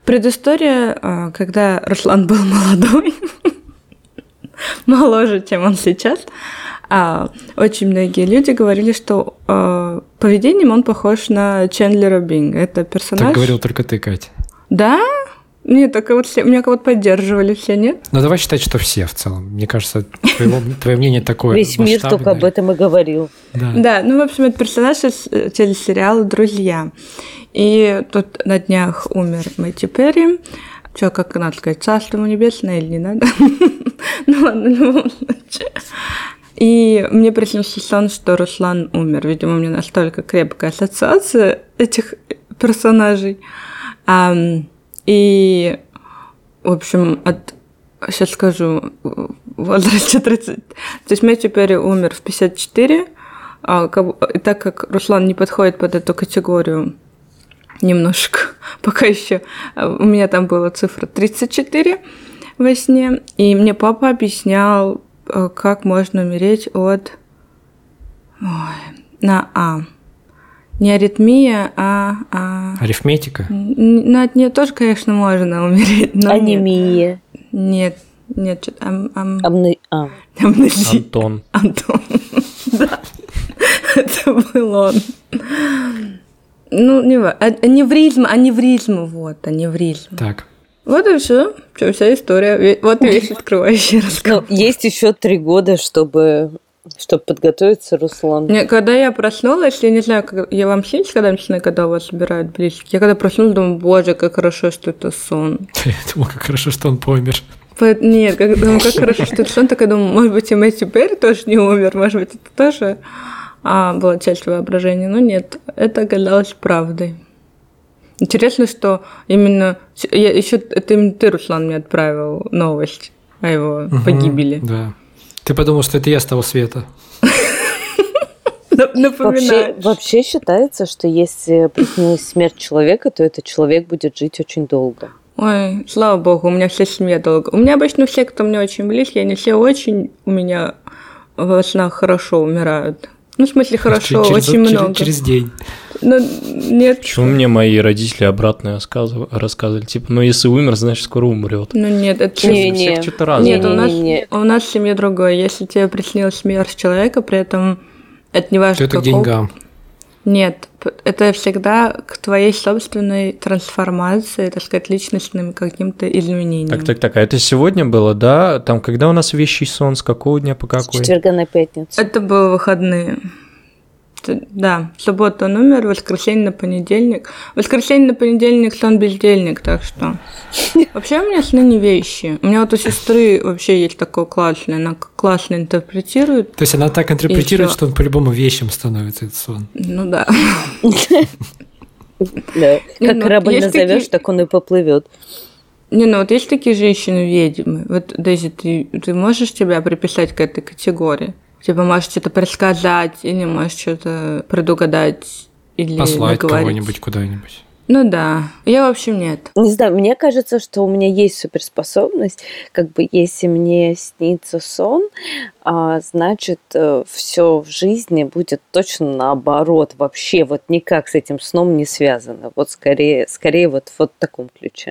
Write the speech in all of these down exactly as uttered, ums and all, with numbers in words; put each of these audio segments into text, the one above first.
Предыстория, когда Руслан был молодой, моложе, чем он сейчас, очень многие люди говорили, что поведением он похож на Чендлера Бинга. Это персонаж... Так говорил только ты, Катя. Да? Нет, так вот все, меня кого-то поддерживали, все, нет? Ну, давай считать, что все в целом. Мне кажется, твоего, твое мнение такое Весь мир только об этом и говорил. Да. да, ну, в общем, это персонаж из телесериала «Друзья». И тут на днях умер Мэтью Перри. Что, как надо сказать, царство ему небесное или не надо? Ну, ладно, в любом случае. И мне приснился сон, что Руслан умер. Видимо, у меня настолько крепкая ассоциация этих персонажей. И, в общем, от, сейчас скажу, в возрасте тридцать... То есть Мэтью Перри умер в пятьдесят четыре, а, и так как Руслан не подходит под эту категорию немножко, пока еще у меня там была цифра тридцать четыре во сне, и мне папа объяснял, как можно умереть от... Ой, на А. Не аритмия, а... а... Арифметика? Ну, от нее тоже, конечно, можно умереть. Но анемия. Нет, нет, что-то... Ам, ам... Амне... а. Амнезия. Антон. Антон. Да, это был он. Ну, не важно. Аневризм, аневризм, вот, аневризм. Так. Вот и все. Все, вся история. Вот и весь открывающий рассказ. Ну, есть еще три года, чтобы... Чтобы подготовиться, Руслан. Не, когда я проснулась, я не знаю, как, я вам снилась когда-нибудь, когда вас собирают близких? Я когда проснулась, думаю, боже, как хорошо, что это сон. Я думала, как хорошо, что он помер. Нет, как, думаю, как хорошо, что это сон, так я думаю, может быть, и Мэтью Перри тоже не умер, может быть, это тоже а, была часть воображения. Но нет, это оказалось правдой. Интересно, что именно... Я, еще это именно ты, Руслан, мне отправил новость о его угу, погибели. Да. Ты подумал, что это я с того света? Напоминаю. Вообще, вообще считается, что если приснилась смерть человека, то этот человек будет жить очень долго. Ой, слава богу, у меня вся семья долго. У меня обычно все, кто мне очень близкие, они все очень у меня во снах хорошо умирают. Ну, в смысле, хорошо, через, очень через, много. Через день. Ну, нет. Почему мне мои родители обратно рассказывали? Типа, ну, если умер, значит, скоро умрет. Ну, нет, это... Не, не. Что-то разное. Нет, у нас, у нас в семье другое. Если тебе приснилась смерть человека, при этом это не важно, это какого... к деньгам. Нет, это всегда к твоей собственной трансформации, так сказать, личностным каким-то изменениям. Так, так, так. А это сегодня было, да? Там, когда у нас вещий сон, с какого дня по какой? С четверга на пятницу. Это было выходные. Да, в субботу он умер, в воскресенье на понедельник. В воскресенье на понедельник сон бездельник, так что... Вообще у меня сны не вещи. У меня вот у сестры вообще есть такое классное, она классно интерпретирует. То есть она так интерпретирует, что он по-любому вещим становится, этот сон. Ну да. Да, как корабль назовешь, так он и поплывет. Не, ну вот есть такие женщины-ведьмы. Вот, Дейзи, ты, ты можешь себя приписать к этой категории? Типа, можешь что-то предсказать, или можешь что-то предугадать, или послать наговорить. Кого-нибудь куда-нибудь. Ну да, я в общем нет. Не знаю, мне кажется, что у меня есть суперспособность, как бы если мне снится сон, а, значит, все в жизни будет точно наоборот, вообще вот никак с этим сном не связано. Вот скорее, скорее вот, вот в таком ключе.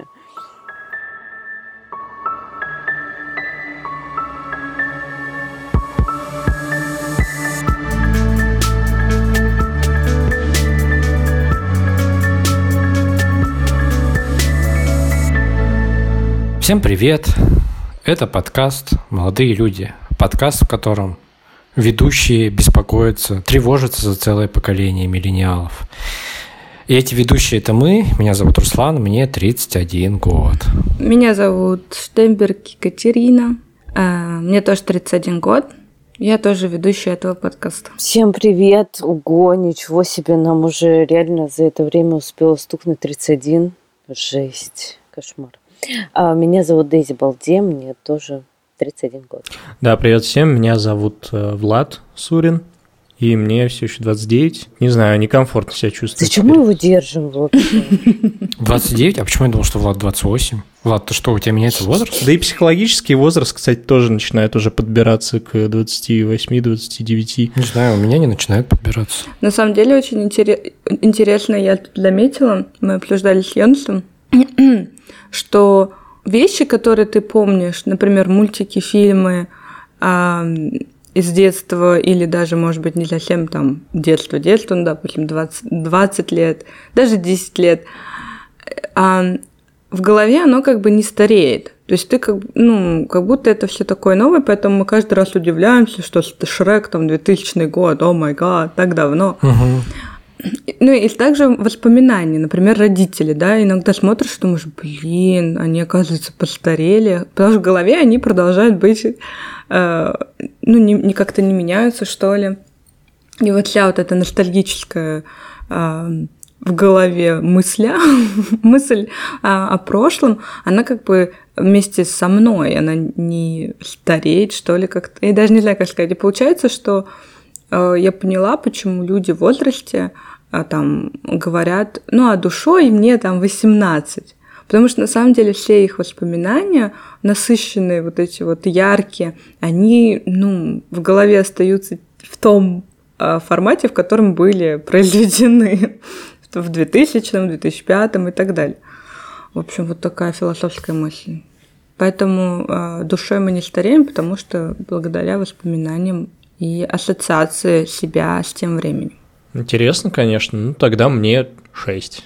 Всем привет! Это подкаст «Молодые люди». Подкаст, в котором ведущие беспокоятся, тревожатся за целое поколение миллениалов. И эти ведущие – это мы. Меня зовут Руслан, мне тридцать один год. Меня зовут Штемберг Екатерина. Мне тоже тридцать один год. Я тоже ведущая этого подкаста. Всем привет! Ого, ничего себе, нам уже реально за это время успело стукнуть тридцать один. Жесть, кошмар. А меня зовут Дейзи Балде, мне тоже тридцать один год. Да, привет всем, меня зовут Влад Сурин, и мне все еще двадцать девять. Не знаю, некомфортно себя чувствую. Зачем мы его держим вообще? двадцать девять? А почему я думал, что Влад двадцать восемь? Влад, ты что, у тебя меняется возраст? Да и психологический возраст, кстати, тоже начинает уже подбираться к двадцати восьми - двадцати девяти. Не знаю, у меня не начинает подбираться. На самом деле очень интересно, я тут заметила, мы обсуждали с Йонсом, что вещи, которые ты помнишь, например, мультики, фильмы а, из детства или даже, может быть, не совсем там детство, детство, ну, допустим, двадцать, двадцать лет, даже десять лет, а в голове оно как бы не стареет. То есть ты как, ну, как будто это все такое новое, поэтому мы каждый раз удивляемся, что это Шрек, там, двухтысячный год, о май гад, так давно. Угу. Ну и также воспоминания, например, родители, да, иногда смотришь и думаешь, блин, они, оказывается, постарели, потому что в голове они продолжают быть, э, ну, не, не как-то не меняются, что ли. И вот вся вот эта ностальгическая э, в голове мысля, мысль а, о прошлом, она как бы вместе со мной, она не стареет, что ли, как-то. Я даже не знаю, как сказать. И получается, что э, я поняла, почему люди в возрасте э, там говорят, ну, а душой мне там восемнадцать. Потому что на самом деле все их воспоминания, насыщенные, вот эти вот яркие, они, ну, в голове остаются в том э, формате, в котором были произведены в двухтысячном, две тысячи пятом и так далее. В общем, вот такая философская мысль. Поэтому э, душой мы не стареем, потому что благодаря воспоминаниям и ассоциации себя с тем временем. Интересно, конечно. Ну, тогда мне шесть.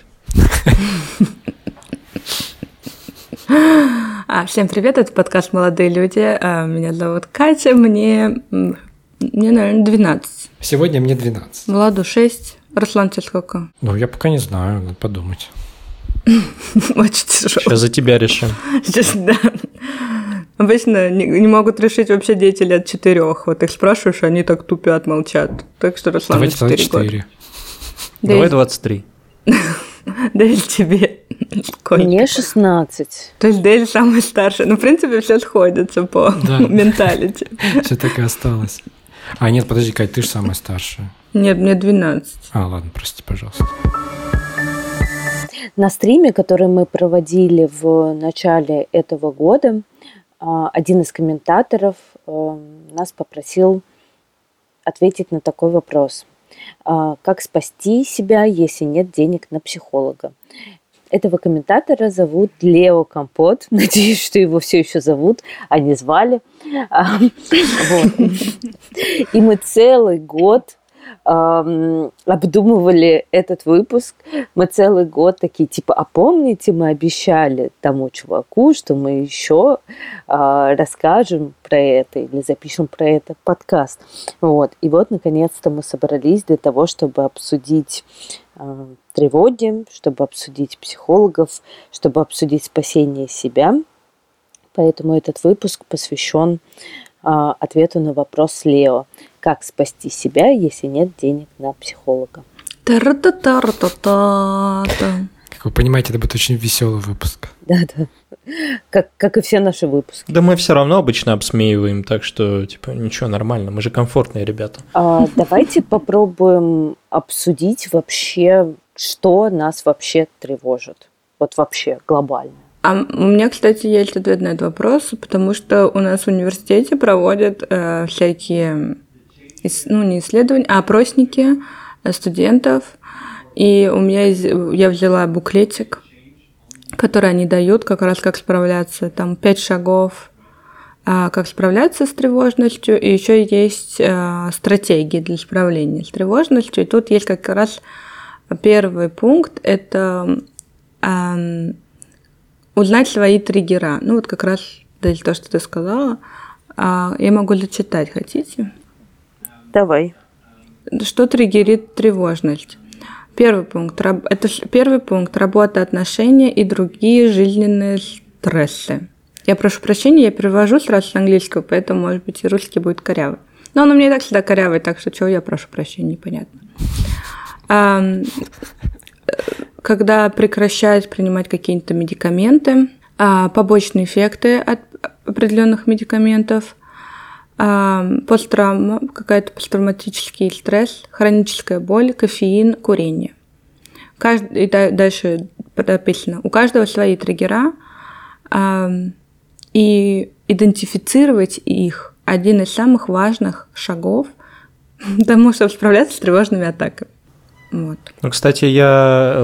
А, всем привет, это подкаст «Молодые люди». Меня зовут Катя, мне, мне, наверное, двенадцать. Сегодня мне двенадцать. Владу шесть. Руслан, тебе сколько? Ну, я пока не знаю, надо подумать. Очень тяжело. Сейчас за тебя решим. Сейчас, да. Обычно не, не могут решить вообще дети лет четырех. Вот их спрашиваешь, они так тупят, молчат. Так что, Руслан, давайте четыре года. Давай двадцать три. Дель тебе сколько? Мне шестнадцать. То есть Дель самая старшая. Ну, в принципе, все сходится по менталити. Все так и осталось. А, нет, подожди, Кать, ты же самая старшая. Нет, мне двенадцать. А, ладно, прости, пожалуйста. На стриме, который мы проводили в начале этого года, один из комментаторов нас попросил ответить на такой вопрос. Как спасти себя, если нет денег на психолога? Этого комментатора зовут Лео Компот. Надеюсь, что его все еще зовут, а не звали. И мы целый год обдумывали этот выпуск. Мы целый год такие, типа, а помните, мы обещали тому чуваку, что мы еще э, расскажем про это или запишем про это подкаст. Вот. И вот, наконец-то, мы собрались для того, чтобы обсудить э, тревоги, чтобы обсудить психологов, чтобы обсудить спасение себя. Поэтому этот выпуск посвящен э, ответу на вопрос Лео. Как спасти себя, если нет денег на психолога? Та-ра-та-та-ра-та-та-та. Как вы понимаете, это будет очень веселый выпуск. Да-да. Как, как и все наши выпуски. Да мы все равно обычно обсмеиваем, так что, типа, ничего, нормально. Мы же комфортные ребята. А, давайте попробуем обсудить вообще, что нас вообще тревожит. Вот вообще глобально. А у меня, кстати, есть ответ на этот вопрос, потому что у нас в университете проводят э, всякие... ну, не исследования, а опросники студентов. И у меня есть, я взяла буклетик, который они дают, как раз как справляться. Там пять шагов, как справляться с тревожностью. И еще есть стратегии для справления с тревожностью. И тут есть как раз первый пункт – это узнать свои триггера. Ну, вот как раз то, что ты сказала. Я могу зачитать, хотите? Давай. Что триггерит тревожность? Первый пункт. Это первый пункт. Работа, отношения и другие жизненные стрессы. Я прошу прощения, я перевожу сразу с английского, поэтому, может быть, и русский будет корявый. Но он у меня и так всегда корявый, так что чего я прошу прощения, непонятно. Когда прекращают принимать какие-то медикаменты, побочные эффекты от определенных медикаментов, посттравма, какая-то посттравматический стресс, хроническая боль, кофеин, курение. Каждый, и дальше прописано. У каждого свои триггера, и идентифицировать их – один из самых важных шагов к тому, чтобы справляться с тревожными атаками. Вот. Ну, кстати, я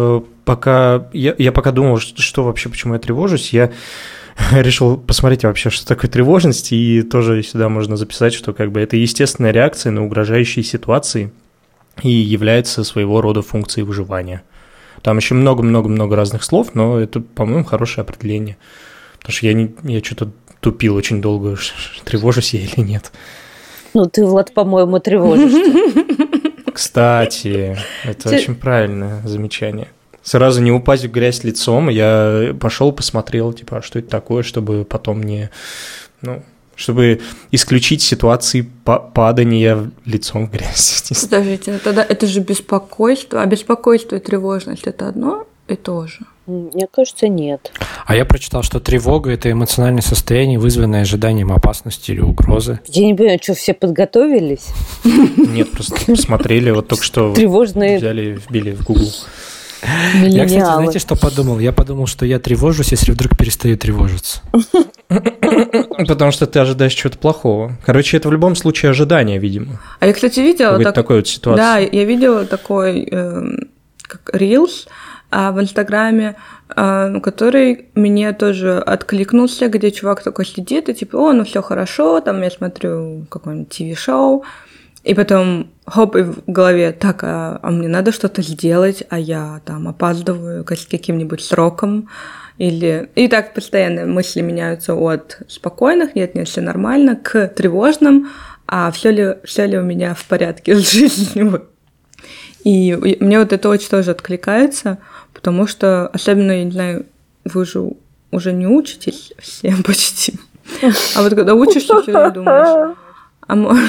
пока я, я пока думал, что, что вообще, почему я тревожусь, я решил посмотреть вообще, что такое тревожность, и тоже сюда можно записать, что как бы это естественная реакция на угрожающие ситуации и является своего рода функцией выживания. Там еще много-много-много разных слов, но это, по-моему, хорошее определение. Потому что я, не, я что-то тупил очень долго, тревожусь я или нет. Ну, ты, Влад, по-моему, тревожишься. Кстати, это очень правильное замечание. Сразу не упасть в грязь лицом, я пошел, посмотрел, типа, а что это такое, чтобы потом не, ну, чтобы исключить ситуации падания лицом в грязь. Подождите, тогда это же беспокойство, а беспокойство и тревожность – это одно и то же? Мне кажется, нет. А я прочитал, что тревога – это эмоциональное состояние, вызванное ожиданием опасности или угрозы. Я не понимаю, что все подготовились? Нет, просто посмотрели, вот только что тревожные взяли, вбили в Google. Я, кстати, знаете, что подумал? Я подумал, что я тревожусь, если вдруг перестаю тревожиться. Потому что ты ожидаешь чего-то плохого. Короче, это в любом случае ожидание, видимо. А я, кстати, видела так... такой вот ситуацию. Да, я видела такой, э, как Reels а, в Инстаграме, э, который мне тоже откликнулся, где чувак такой сидит и типа, о, ну все хорошо, там я смотрю какое-нибудь ти ви-шоу, и потом, хоп, и в голове, так, а, а мне надо что-то сделать, а я там опаздываю с каким-нибудь сроком, или... И так постоянно мысли меняются от спокойных, нет, нет, все нормально, к тревожным, а все ли, все ли у меня в порядке с жизнью. И мне вот это очень тоже откликается, потому что, особенно, я не знаю, вы же уже не учитесь все почти, а вот когда учишься, все время думаешь, а может...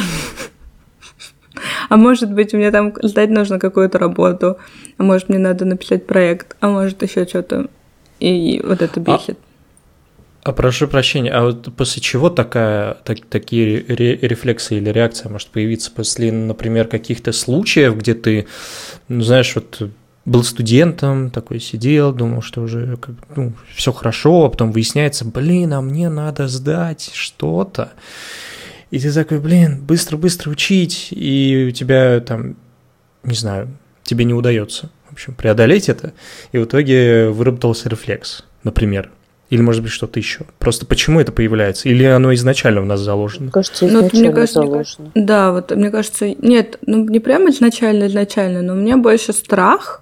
А может быть, мне там сдать нужно какую-то работу, а может, мне надо написать проект, а может, еще что-то. И вот это бесит. А, а прошу прощения, а вот после чего такая, так, такие ре, рефлексы или реакция может появиться? После, например, каких-то случаев, где ты, ну, знаешь, вот был студентом, такой сидел, думал, что уже ну, все хорошо, а потом выясняется, блин, а мне надо сдать что-то. И ты такой, блин, быстро-быстро учить, и у тебя там, не знаю, тебе не удается, в общем, преодолеть это, и в итоге выработался рефлекс, например. Или, может быть, что-то еще. Просто почему это появляется? Или оно изначально в нас заложено? Мне кажется, изначально ну, мне кажется, заложено. Да, вот мне кажется, нет, ну не прямо изначально-изначально, но у меня больше страх,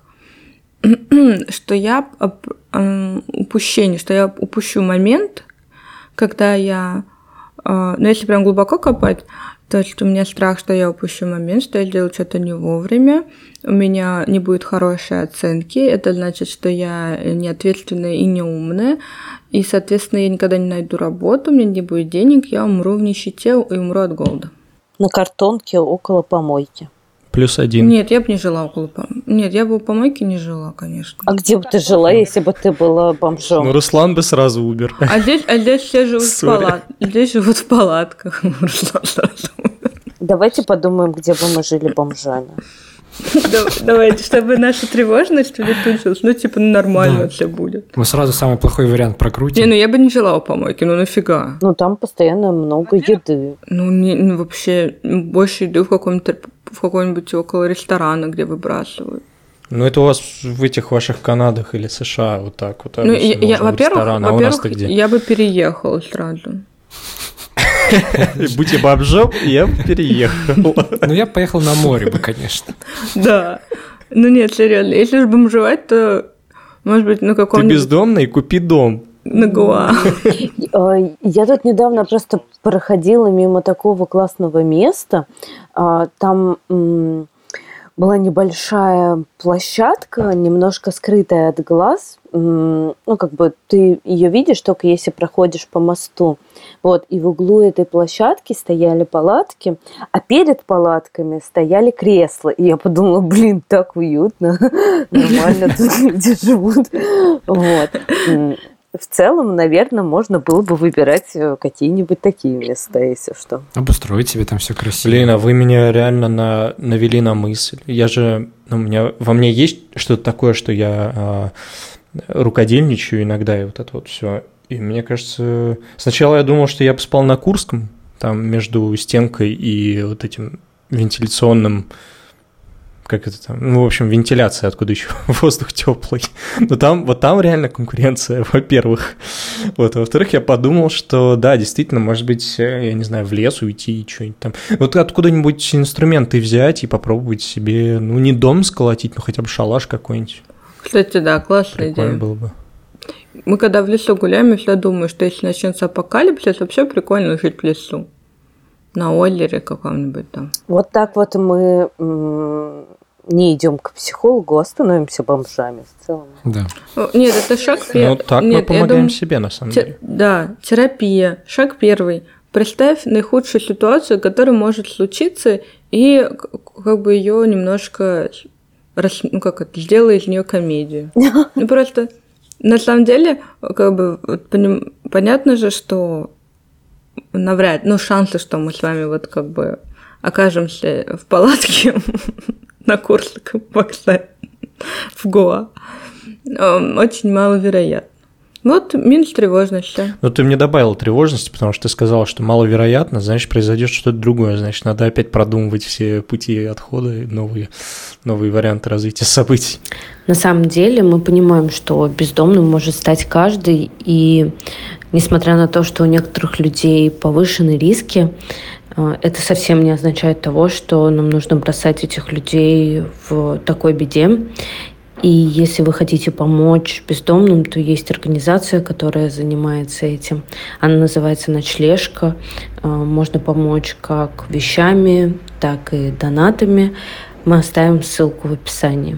что я упущение, что я упущу момент, когда я... Но если прям глубоко копать, то есть у меня страх, что я упущу момент, что я сделаю что-то не вовремя, у меня не будет хорошей оценки, это значит, что я неответственная и неумная, и, соответственно, я никогда не найду работу, у меня не будет денег, я умру в нищете и умру от голода. На картонке около помойки. Плюс один. Нет, я бы не жила около помойки. Нет, я бы у помойки не жила, конечно. А где бы ты жила, если бы ты была бомжом? Ну, Руслан бы сразу умер. А здесь, а здесь все живут в палатках. Здесь живут в палатках. Руслан сразу умер. Давайте подумаем, где бы мы жили бомжами. Давайте, чтобы наша тревожность улетучилась. Ну, типа, нормально все будет. Мы сразу самый плохой вариант прокрутим. Не, ну я бы не жила у помойки, ну нафига? Ну, там постоянно много еды. Ну, не, ну вообще, больше еды в каком-то в каком-нибудь около ресторана, где выбрасывают. Ну, это у вас в этих ваших Канадах или США вот так вот. Ну, я, я, во-первых, а во-первых я бы переехала сразу. Будь я бомжом, я бы переехал. Ну, я поехал на море бы, конечно. Да. Ну, нет, серьезно. Если же бомжевать, то, может быть, на каком-нибудь... Ты бездомный, купи дом. На Гоа. Я тут недавно просто проходила мимо такого классного места. Там была небольшая площадка, немножко скрытая от глаз. Ну, как бы ты ее видишь только если проходишь по мосту. Вот, и в углу этой площадки стояли палатки, а перед палатками стояли кресла. И я подумала, блин, так уютно, нормально тут люди живут. Вот. В целом, наверное, можно было бы выбирать какие-нибудь такие места, если что. Обустроить себе там все красиво. Блин, а вы меня реально на, навели на мысль. Я же, ну, у меня, во мне есть что-то такое, что я а, рукодельничаю иногда, и вот это вот все. И мне кажется, сначала я думал, что я бы спал на Курском, там между стенкой и вот этим вентиляционным как это там, ну, в общем, вентиляция, откуда еще воздух теплый. Но там, вот там реально конкуренция, во-первых. Вот, а во-вторых, я подумал, что да, действительно, может быть, я не знаю, в лес уйти и что-нибудь там. Вот откуда-нибудь инструменты взять и попробовать себе, ну, не дом сколотить, но хотя бы шалаш какой-нибудь. Кстати, да, классная Прикольно идея. было бы. Мы когда в лесу гуляем, я всегда думаю, что если начнется апокалипсис, вообще прикольно жить в лесу. На Оллере каком-нибудь там. Вот так вот мы м, не идем к психологу, а становимся бомжами в целом. Да. Нет, это шаг первый. Ну, так Нет, мы я помогаем думаю, себе, на самом те- деле. Да, терапия. Шаг первый. Представь наихудшую ситуацию, которая может случиться, и к- как бы ее немножко, рас- ну как это, сделай из нее комедию. Ну просто на самом деле, как бы вот поним- понятно же, что навряд, ну шансы, что мы с вами вот как бы окажемся в палатке на Корсаком вокзале в Гоа, эм, очень маловероятно. Вот минус тревожности. Ну, ты мне добавила тревожности, потому что ты сказала, что маловероятно, значит, произойдет что-то другое, значит, надо опять продумывать все пути отхода, новые, новые варианты развития событий. На самом деле мы понимаем, что бездомным может стать каждый, и несмотря на то, что у некоторых людей повышены риски, это совсем не означает того, что нам нужно бросать этих людей в такой беде. И если вы хотите помочь бездомным, то есть организация, которая занимается этим. Она называется «Ночлежка». Можно помочь как вещами, так и донатами. Мы оставим ссылку в описании.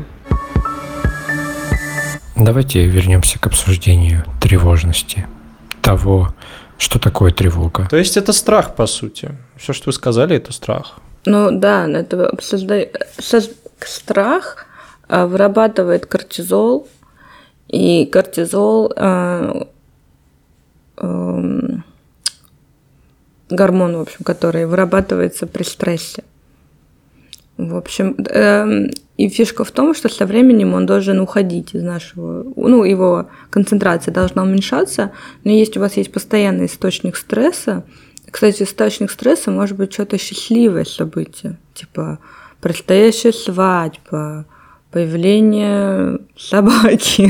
Давайте вернемся к обсуждению тревожности, того, что такое тревога. То есть это страх, по сути. Все, что вы сказали, это страх. Ну да, это обсуждай... Соз- страх а, вырабатывает кортизол, и кортизол а, а, гормон, в общем, который вырабатывается при стрессе. В общем, э, и фишка в том, что со временем он должен уходить из нашего, ну, его концентрация должна уменьшаться, но если у вас есть постоянный источник стресса, кстати, источник стресса может быть что-то счастливое событие, типа предстоящая свадьба, появление собаки.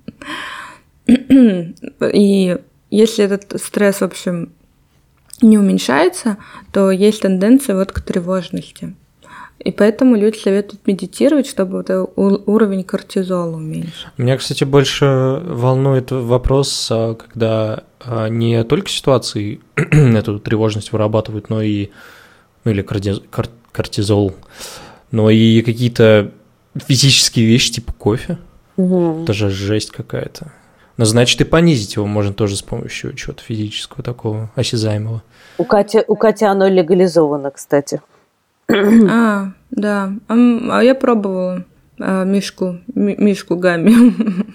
И если этот стресс, в общем, не уменьшается, то есть тенденция вот к тревожности. И поэтому люди советуют медитировать, чтобы вот уровень кортизола уменьшить. Меня, кстати, больше волнует вопрос, когда не только ситуации эту тревожность вырабатывают, но и, ну или кортизол, но и какие-то физические вещи типа кофе. Угу. Это же жесть какая-то. Но значит, и понизить его можно тоже с помощью чего-то физического такого, осязаемого. У Кати, у Кати оно легализовано, кстати. А, да. А я пробовала а, мишку, ми, мишку гамми.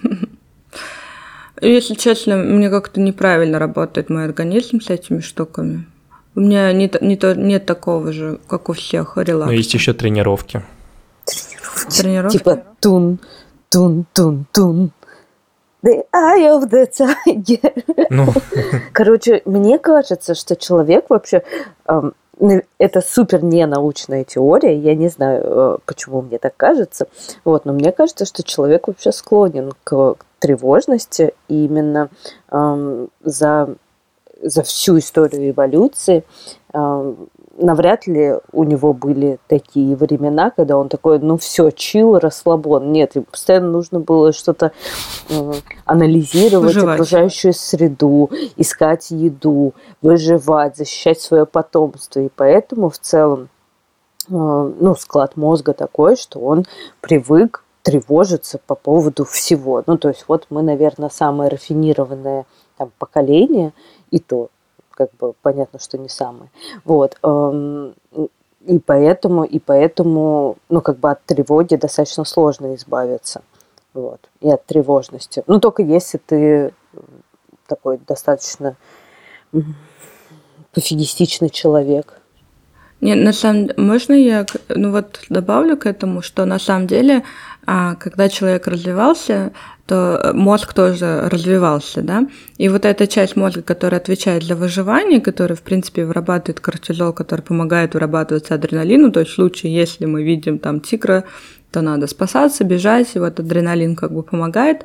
Если честно, мне как-то неправильно работает мой организм с этими штуками. У меня нет, нет, нет такого же, как у всех, релакса. Но есть еще тренировки. Тренировки. Тренировки? Типа тун, тун, тун, тун. The eye of the tiger. Ну. Короче, мне кажется, что человек вообще... Эм, это супер ненаучная теория, я не знаю, почему мне так кажется, вот, но мне кажется, что человек вообще склонен к тревожности, и именно эм, за, за всю историю эволюции эм, навряд ли у него были такие времена, когда он такой, ну все, чил, расслабон. Нет, ему постоянно нужно было что-то э, анализировать, выживать. Окружающую среду, искать еду, выживать, защищать свое потомство. И поэтому в целом э, ну, склад мозга такой, что он привык тревожиться по поводу всего. Ну, то есть вот мы, наверное, самое рафинированное там, поколение, и то как бы понятно, что не самое. Вот. И поэтому, и поэтому, ну, как бы от тревоги достаточно сложно избавиться. Вот. И от тревожности. Ну, только если ты такой достаточно пофигистичный человек. Нет, на самом деле, можно я ну, вот добавлю к этому, что на самом деле, когда человек развивался, то что мозг тоже развивался, да, и вот эта часть мозга, которая отвечает за выживание, которая, в принципе, вырабатывает кортизол, который помогает вырабатываться адреналину, то есть в случае, если мы видим там тигра, то надо спасаться, бежать, и вот адреналин как бы помогает,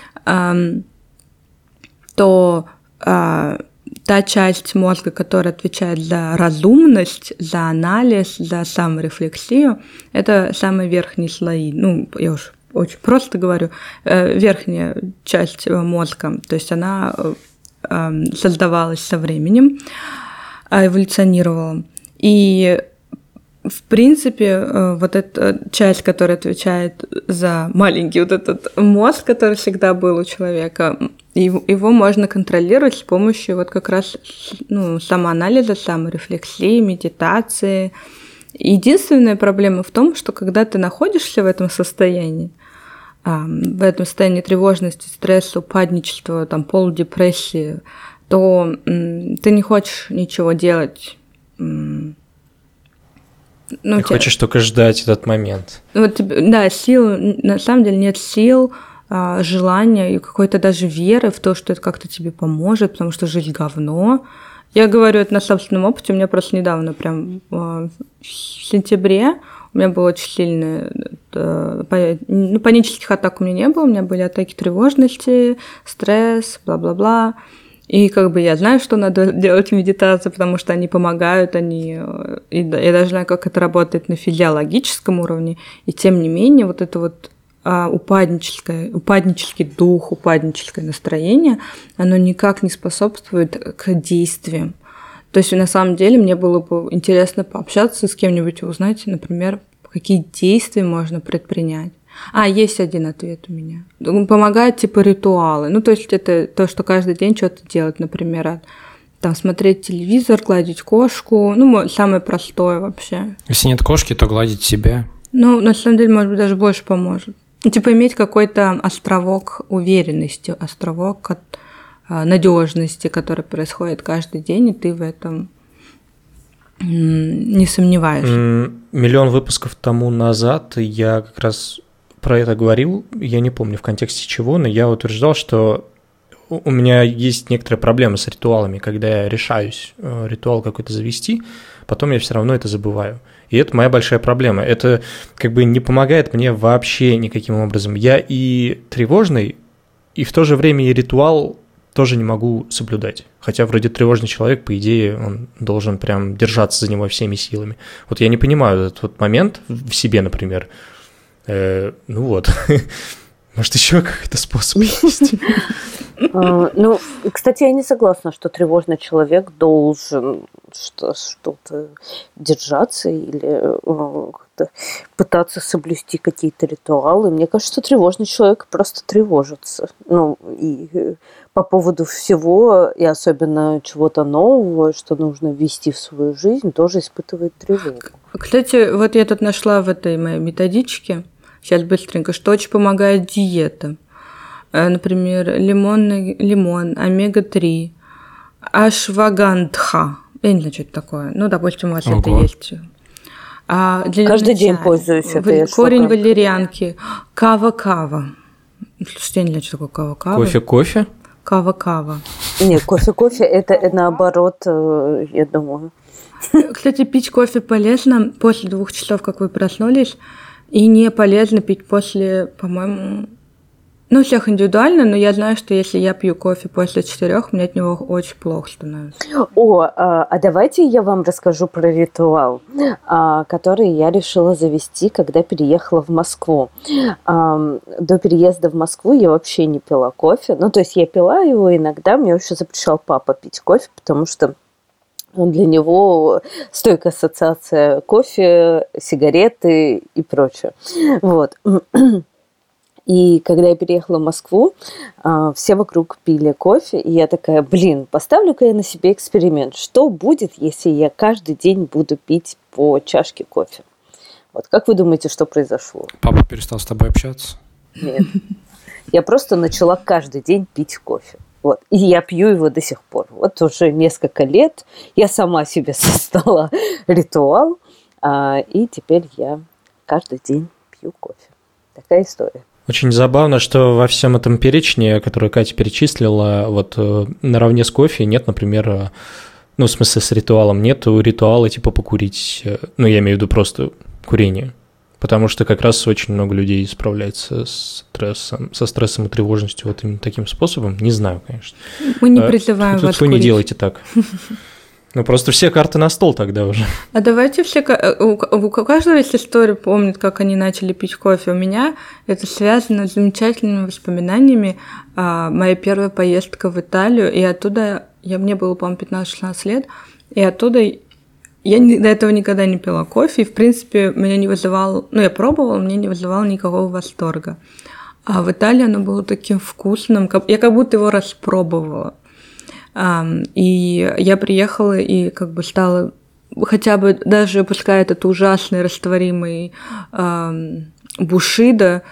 то та часть мозга, которая отвечает за разумность, за анализ, за саморефлексию, это самые верхние слои. Ну, я уж очень просто говорю, верхняя часть мозга, то есть она создавалась со временем, эволюционировала. И в принципе, вот эта часть, которая отвечает за маленький вот этот мозг, который всегда был у человека, его можно контролировать с помощью вот как раз ну, самоанализа, саморефлексии, медитации. Единственная проблема в том, что когда ты находишься в этом состоянии, в этом состоянии тревожности, стресса, упадничества, там, полудепрессии, то ты не хочешь ничего делать. Ну, Ты тебя... хочешь только ждать этот момент. Вот, да, сил, на самом деле нет сил, желания и какой-то даже веры в то, что это как-то тебе поможет, потому что жизнь говно. Я говорю это на собственном опыте. У меня просто недавно, прям в сентябре, у меня было очень сильное... Ну, панических атак у меня не было, у меня были атаки тревожности, стресс, бла-бла-бла. И как бы я знаю, что надо делать медитацию, потому что они помогают, они... И я даже знаю, как это работает на физиологическом уровне. И тем не менее, вот это вот упадническое, упаднический дух, упадническое настроение, оно никак не способствует к действиям. То есть, на самом деле, мне было бы интересно пообщаться с кем-нибудь и узнать, например, какие действия можно предпринять. А, есть один ответ у меня. Помогают типа ритуалы. Ну, то есть это то, что каждый день что-то делать, например, там смотреть телевизор, гладить кошку. Ну, самое простое вообще. Если нет кошки, то гладить себя. Ну, на самом деле, может быть, даже больше поможет. Ну, типа иметь какой-то островок уверенности, островок от надежности, который происходит каждый день, и ты в этом не сомневаешься. Миллион выпусков тому назад я как раз про это говорил, я не помню в контексте чего, но я утверждал, что у меня есть некоторые проблемы с ритуалами, когда я решаюсь ритуал какой-то завести, потом я все равно это забываю. И это моя большая проблема. Это как бы не помогает мне вообще никаким образом. Я и тревожный, и в то же время и ритуал тоже не могу соблюдать. Хотя вроде тревожный человек, по идее, он должен прям держаться за него всеми силами. Вот я не понимаю этот вот момент в себе, например. Э, ну вот, может, еще какой-то способ есть? Ну, кстати, я не согласна, что тревожный человек должен что-то держаться или пытаться соблюсти какие-то ритуалы. Мне кажется, что тревожный человек просто тревожится. Ну, и по поводу всего, и особенно чего-то нового, что нужно ввести в свою жизнь, тоже испытывает тревогу. Кстати, вот я тут нашла в этой моей методичке, сейчас быстренько, что очень помогает диета. Например, лимонный лимон, омега три, ашвагандха. Я не знаю, что это такое. Ну, допустим, у вас Ого. это есть. А, Каждый день чай, пользуюсь этой корень валерьянки, кава-кава. Слушайте, я не знаю, что такое кава-кава. Кофе-кофе? Кава-кава. Нет, кофе-кофе – это наоборот, я думаю. Кстати, пить кофе полезно после двух часов, как вы проснулись, и не полезно пить после, по-моему... Ну, у всех индивидуально, но я знаю, что если я пью кофе после четырех, мне от него очень плохо становится. О, а давайте я вам расскажу про ритуал, который я решила завести, когда переехала в Москву. До переезда в Москву я вообще не пила кофе. Ну, то есть я пила его иногда, мне вообще запрещал папа пить кофе, потому что для него стойкая ассоциация кофе, сигареты и прочее. Вот. И когда я переехала в Москву, все вокруг пили кофе, и я такая, блин, поставлю-ка я на себе эксперимент. Что будет, если я каждый день буду пить по чашке кофе? Вот как вы думаете, что произошло? Папа перестал с тобой общаться? Нет. Я просто начала каждый день пить кофе. Вот. И я пью его до сих пор. Вот уже несколько лет я сама себе создала ритуал, и теперь я каждый день пью кофе. Такая история. Очень забавно, что во всем этом перечне, который Катя перечислила, вот наравне с кофе нет, например, ну, в смысле, с ритуалом нету ритуала типа покурить, ну, я имею в виду просто курение. Потому что как раз очень много людей справляется с стрессом, со стрессом и тревожностью вот именно таким способом. Не знаю, конечно. Мы не призываем Тут вас вы курить. не делайте так. Ну, просто все карты на стол тогда уже. А давайте все... У каждого есть история, помнит, как они начали пить кофе. У меня это связано с замечательными воспоминаниями. Моя первая поездка в Италию, и оттуда... Я, мне было, по-моему, пятнадцать-шестнадцать лет, и оттуда... Я до этого никогда не пила кофе, и, в принципе, меня не вызывало... Ну, я пробовала, мне не вызывало никакого восторга. А в Италии оно было таким вкусным, как... я как будто его распробовала. И я приехала и как бы стала... Хотя бы даже пускай этот ужасный растворимый бушидо,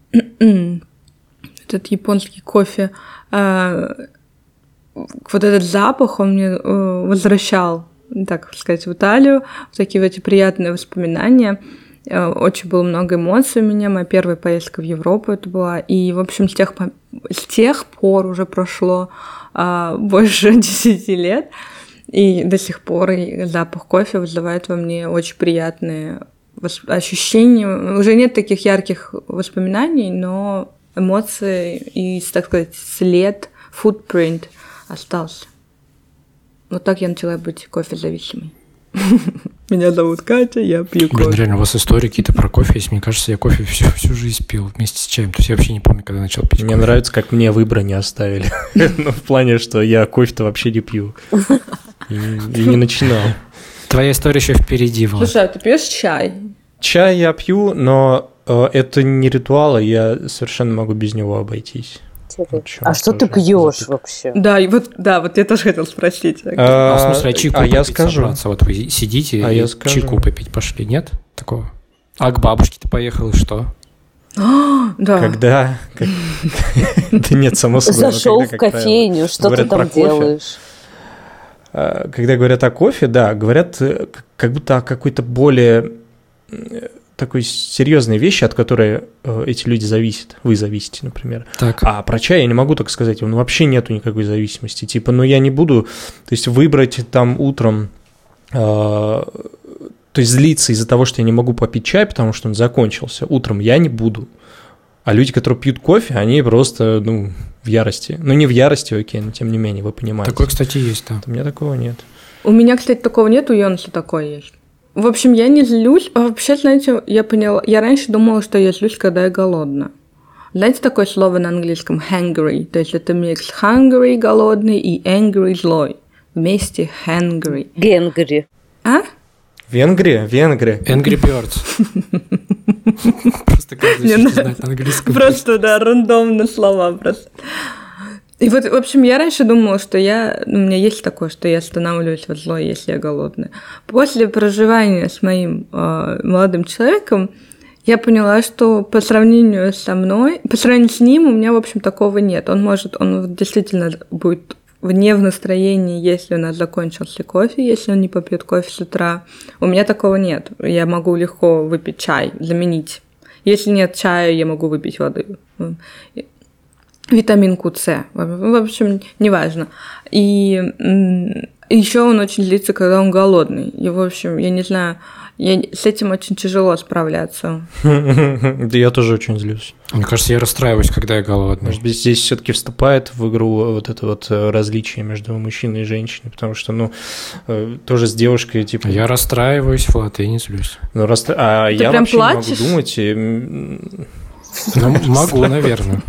этот японский кофе, вот этот запах, он мне возвращал, так сказать, в Италию, в такие вот эти приятные воспоминания. Очень было много эмоций у меня. Моя первая поездка в Европу это была. И, в общем, с тех, с тех пор уже прошло а, больше десяти лет. И до сих пор запах кофе вызывает во мне очень приятные ощущения. Уже нет таких ярких воспоминаний, но эмоции и, так сказать, след, footprint остался. Вот так я начала быть кофе-зависимой. Меня зовут Катя, я пью кофе. Блин, реально, у вас истории какие-то про кофе есть. Мне кажется, я кофе всю, всю жизнь пил вместе с чаем. То есть я вообще не помню, когда начал пить Мне кофе. нравится, как мне выбора не оставили. Ну, в плане, что я кофе-то вообще не пью. И не начинал. Твоя история еще впереди, Влад. Слушай, а ты пьешь чай? Чай я пью, но это не ритуал, и я совершенно могу без него обойтись. Вот а что ты пьешь вообще? Да, и вот, да, вот я тоже хотел спросить. А, в смысле, а чайку а попить я скажу. собраться? Вот вы сидите а и я скажу. чайку попить пошли, нет такого? А к бабушке ты поехал, и что? Да. Когда... Да нет, само собой. Зашел в кофейню, что ты там делаешь? Когда говорят о кофе, да, говорят как будто о какой-то более такой серьезной вещи, от которой эти люди зависят. Вы зависите, например. Так. А про чай я не могу так сказать. Ну, вообще нету никакой зависимости. Типа, ну, я не буду, то есть, выбрать там утром, э, то есть, злиться из-за того, что я не могу попить чай, потому что он закончился. Утром я не буду. А люди, которые пьют кофе, они просто, ну, в ярости. Ну, не в ярости, окей, но тем не менее, вы понимаете. Такое, кстати, есть, да. У меня такого нет. У меня, кстати, такого нет, у Йонаса такое есть. В общем, я не злюсь. А вообще, знаете, я поняла, я раньше думала, что я злюсь, когда я голодна. Знаете такое слово на английском hangry? То есть это микс hungry, голодный, и angry, злой. Вместе hangry. Генгри. А? Венгрия? Венгрия. Angry Birds. Просто каждый знает английский. Просто, да, рандомные слова просто. И вот, в общем, я раньше думала, что я... У меня есть такое, что я становлюсь вот злой, если я голодная. После проживания с моим э, молодым человеком я поняла, что по сравнению со мной, по сравнению с ним у меня, в общем, такого нет. Он может, он действительно будет вне в настроении, если у нас закончился кофе, если он не попьет кофе с утра. У меня такого нет. Я могу легко выпить чай, заменить. Если нет чая, я могу выпить воды. Витаминку С. В общем, неважно. И еще он очень злится, когда он голодный. И, в общем, я не знаю, я, с этим очень тяжело справляться. Да я тоже очень злюсь. Мне кажется, я расстраиваюсь, когда я голодный. Может быть, здесь все-таки вступает в игру вот это вот различие между мужчиной и женщиной, потому что, ну, тоже с девушкой, типа... Я расстраиваюсь, Влад, я не злюсь. Ну, расстра... А Ты я прям вообще плачешь? не могу думать... И... Ну, могу, наверное.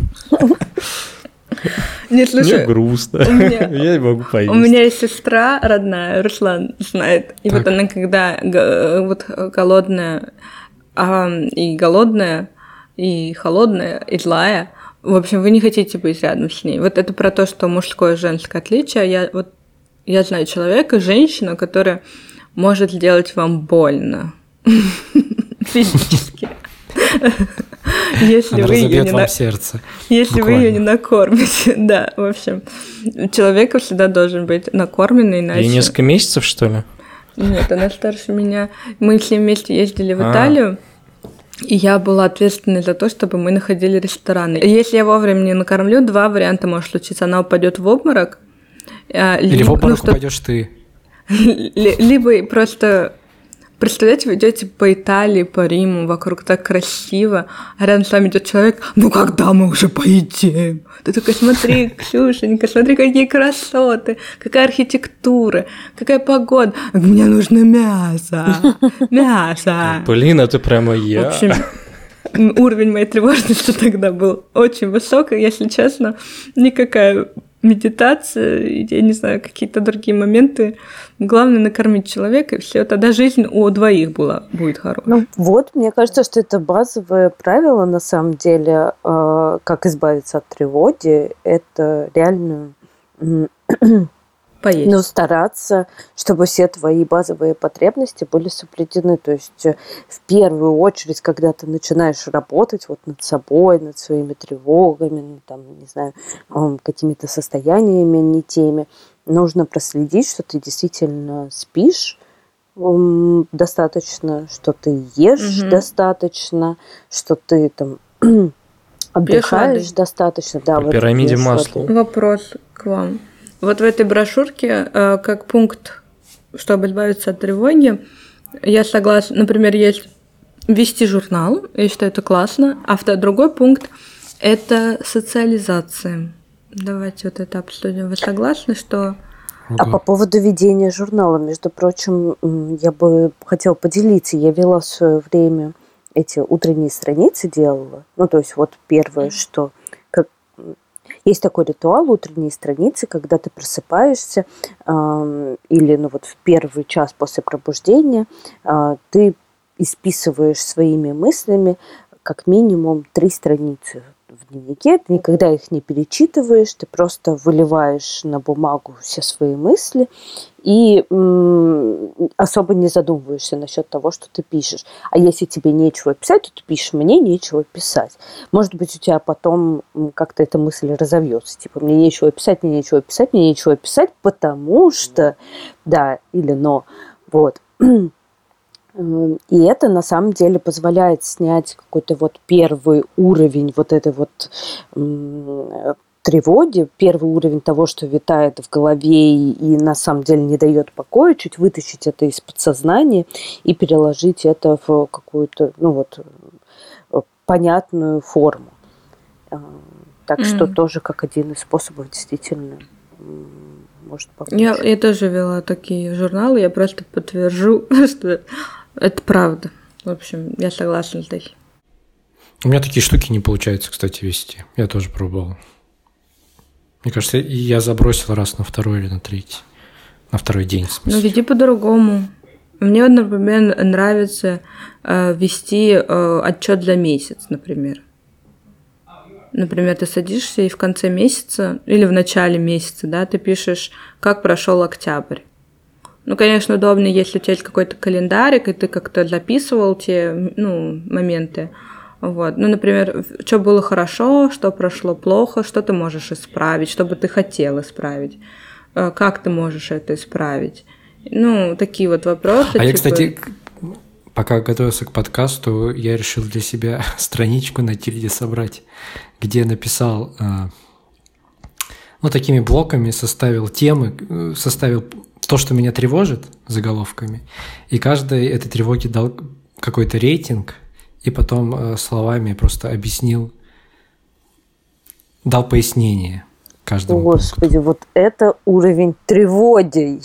Не, слушай, Мне грустно. меня- Я не могу поесть. у меня есть сестра родная, Руслан знает. И вот Так. она, когда г- вот голодная, а, и голодная, и холодная, и злая, в общем, вы не хотите быть рядом с ней. Вот это про то, что мужское и женское отличие. Я вот я знаю человека, женщину, которая может сделать вам больно. Физически. Если Она вы ее разобьет не вам на- сердце. Если вы ее Буквально. не накормите, да, в общем, человек всегда должен быть накормленный, иначе... Ей несколько месяцев, что ли? Нет, она старше меня. Мы с ней вместе ездили в А. Италию, И я была ответственной за то, чтобы мы находили рестораны. Если я вовремя не накормлю, два варианта может случиться. Она упадет в обморок. Или либо, в обморок ну, что... упадешь ты. Либо просто... Представляете, вы идете по Италии, по Риму, вокруг так красиво, а рядом с вами идет человек, ну когда мы уже поедим? Ты такой, смотри, Ксюшенька, смотри, какие красоты, какая архитектура, какая погода. Мне нужно мясо, мясо. Блин, это прямо я. В общем, уровень моей тревожности тогда был очень высокий, если честно, никакая медитация, я не знаю, какие-то другие моменты. Главное накормить человека, и все. Тогда жизнь у двоих была, будет хорошая. Ну вот, мне кажется, что это базовое правило, на самом деле, э, как избавиться от тревоги, это реально поесть. Ну, стараться, чтобы все твои базовые потребности были соблюдены. То есть в первую очередь, когда ты начинаешь работать вот над собой, над своими тревогами, там, не знаю, какими-то состояниями не теми, нужно проследить, что ты действительно спишь достаточно, что ты ешь угу. достаточно, что ты там отдыхаешь достаточно. Да, по пирамиде масла. Вопрос к вам. Вот в этой брошюрке, как пункт, чтобы избавиться от тревоги, я согласна, например, есть вести журнал, я считаю, это классно, а другой пункт – это социализация. Давайте вот это обсудим. Вы согласны, что… А по поводу ведения журнала, между прочим, я бы хотела поделиться. Я вела в свое время эти утренние страницы, делала. Ну, то есть вот первое, что… Как, есть такой ритуал утренние страницы, когда ты просыпаешься э, или ну, вот в первый час после пробуждения э, ты исписываешь своими мыслями как минимум три страницы в дневнике, ты никогда их не перечитываешь, ты просто выливаешь на бумагу все свои мысли и м, особо не задумываешься насчет того, что ты пишешь. А если тебе нечего писать, то ты пишешь «мне нечего писать». Может быть, у тебя потом как-то эта мысль разовьется, типа «мне нечего писать, мне нечего писать, мне нечего писать, потому что…» Да, или «но». Вот. И это на самом деле позволяет снять какой-то вот первый уровень вот этой вот м- тревоги, первый уровень того, что витает в голове и, и на самом деле не дает покоя, чуть вытащить это из подсознания и переложить это в какую-то, ну вот, понятную форму. Так mm-hmm. что тоже как один из способов действительно может помочь. Я, я тоже вела такие журналы, я просто подтвержу, что это правда. В общем, я согласна здесь. У меня такие штуки не получается, кстати, вести. Я тоже пробовал. Мне кажется, я забросил раз на второй или на третий. На второй день, в смысле. Ну, веди по-другому. Мне, например, нравится э, вести э, отчет за месяц, например. Например, ты садишься и в конце месяца или в начале месяца, да, ты пишешь, как прошел октябрь. Ну, конечно, удобно, если у тебя есть какой-то календарик, и ты как-то записывал те, ну, моменты. Вот. Ну, например, что было хорошо, что прошло плохо, что ты можешь исправить, что бы ты хотел исправить, как ты можешь это исправить. Ну, такие вот вопросы. А типа... я, кстати, пока готовился к подкасту, я решил для себя страничку на Тильде собрать, где написал, ну, такими блоками составил темы, составил то, что меня тревожит, заголовками, и каждой этой тревоге дал какой-то рейтинг, и потом словами просто объяснил, дал пояснение каждому Господи, пункту. Вот это уровень тревоги.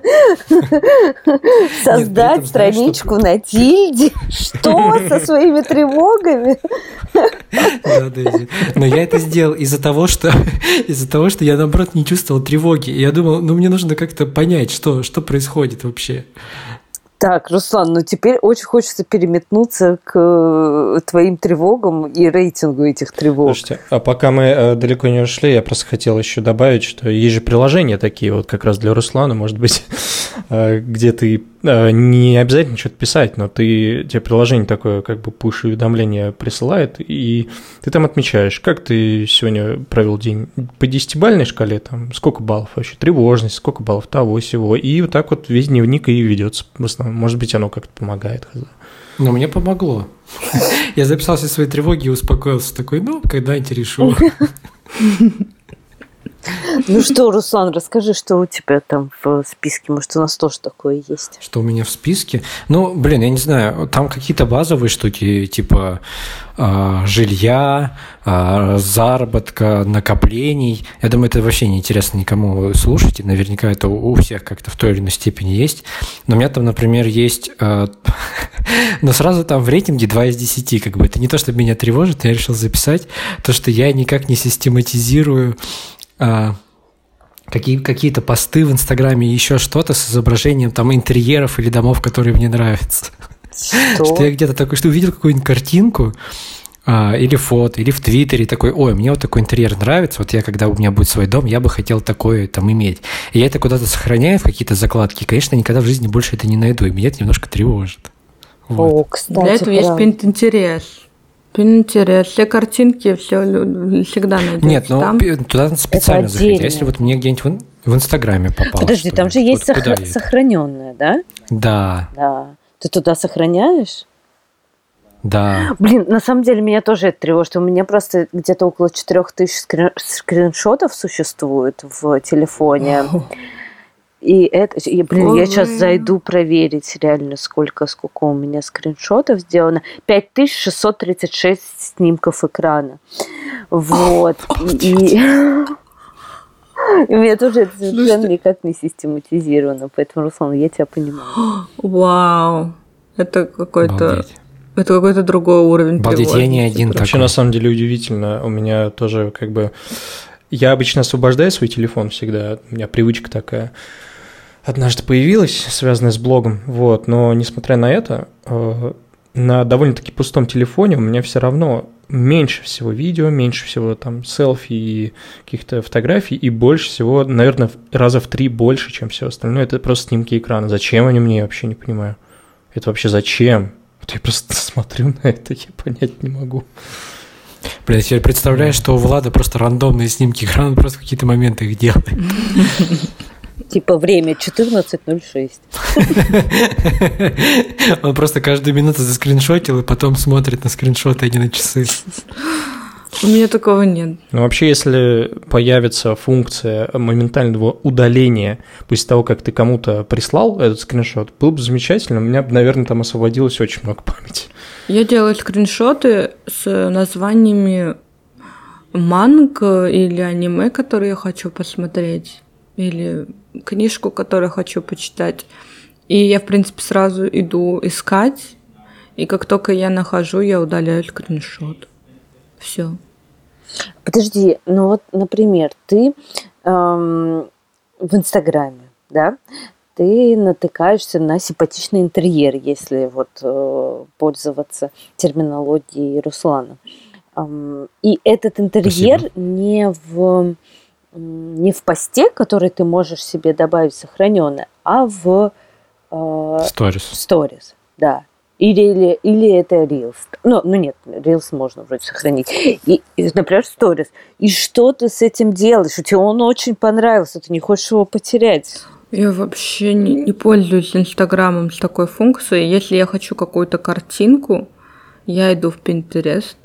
Создать страничку на Тильде? Что со своими тревогами? Да, Дейзи. Но я это сделал из-за того, что из-за того, что я, наоборот, не чувствовал тревоги. И я думал, ну, мне нужно как-то понять, что, что происходит вообще. Так, Руслан, ну теперь очень хочется переметнуться к твоим тревогам и рейтингу этих тревог. Слушайте, а пока мы далеко не ушли, я просто хотел еще добавить, что есть же приложения такие вот как раз для Руслана, может быть, где ты не обязательно что-то писать, но ты, тебе приложение такое, как бы push-уведомление присылает, и ты там отмечаешь, как ты сегодня провел день по десятибалльной шкале, там, сколько баллов вообще, тревожность, сколько баллов того, сего, и вот так вот весь дневник и ведется в основном. Может быть, оно как-то помогает. Но мне помогло. Я записал все свои тревоги и успокоился. Такой, ну, когда-нибудь решу. Ну что, Руслан, расскажи, что у тебя там в списке. Может, у нас тоже такое есть. Что у меня в списке? Ну, блин, я не знаю, там какие-то базовые штуки, типа э, жилья, э, заработка, накоплений. Я думаю, это вообще не интересно никому слушать, и наверняка это у всех как-то в той или иной степени есть. Но у меня там, например, есть... Э, но сразу там в рейтинге два из десяти, как бы. Это не то, что меня тревожит, я решил записать то, что я никак не систематизирую А, какие, какие-то посты в Инстаграме и еще что-то с изображением там интерьеров или домов, которые мне нравятся. Что? Что я где-то такой, что увидел какую-нибудь картинку а, или фото, или в Твиттере такой, ой, мне вот такой интерьер нравится, вот я, когда у меня будет свой дом, я бы хотел такое там иметь. И я это куда-то сохраняю в какие-то закладки, и, конечно, никогда в жизни больше это не найду, и меня это немножко тревожит. Вот. О, кстати, Для этого есть Pinterest. Pinterest, все картинки, все всегда найдется. Нет, ну там. туда надо специально заходить. Если вот мне где-нибудь в, в Инстаграме попало. Подожди, там же есть вот сохра- сохраненное, да? Да. Да. Ты туда сохраняешь? Да. Блин, на самом деле меня тоже это тревожит. У меня просто где-то около четырех тысяч скрин- скриншотов существует в телефоне. И это, и, блин, Ой. я сейчас зайду проверить реально, сколько, сколько у меня скриншотов сделано. пять тысяч шестьсот тридцать шесть снимков экрана. Вот. И, и... и у меня тоже это совершенно никак не систематизировано. Поэтому, Руслан, я тебя понимаю. Вау. Это какой-то... Обалдеть. Это какой-то другой уровень. Обалдеть, я не один такой. Вообще, на самом деле, удивительно. У меня тоже как бы... Я обычно освобождаю свой телефон всегда. У меня привычка такая... Однажды появилась, связанная с блогом, вот, но несмотря на это, э, на довольно-таки пустом телефоне у меня все равно меньше всего видео, меньше всего там селфи и каких-то фотографий, и больше всего, наверное, раза в три больше, чем все остальное, это просто снимки экрана. Зачем они мне, я вообще не понимаю. Это вообще зачем? Вот я просто смотрю на это, я понять не могу. Блин, я себе представляю, что у Влада просто рандомные снимки экрана, он просто в какие-то моменты их делает. Типа время четырнадцать ноль шесть. Он просто каждую минуту заскриншотил и потом смотрит на скриншоты, а не на часы. У меня такого нет. Ну, вообще, если появится функция моментального удаления после того, как ты кому-то прислал этот скриншот, было бы замечательно. У меня, наверное, там освободилось очень много памяти. Я делаю скриншоты с названиями манг или аниме, которые я хочу посмотреть, или книжку, которую хочу почитать. И я, в принципе, сразу иду искать, и как только я нахожу, я удаляю скриншот. Все. Подожди, ну вот, например, ты эм, в Инстаграме, да, ты натыкаешься на симпатичный интерьер, если вот э, пользоваться терминологией Руслана. Эм, и этот интерьер Спасибо. не в не в посте, который ты можешь себе добавить сохраненное, а в Stories. Stories, да. Или, или, или это Reels. Ну, ну нет, Reels можно вроде сохранить. И, и, например, Stories. И что ты с этим делаешь? У тебя он очень понравился, ты не хочешь его потерять. Я вообще не, не пользуюсь Инстаграмом с такой функцией. Если я хочу какую-то картинку, я иду в Pinterest.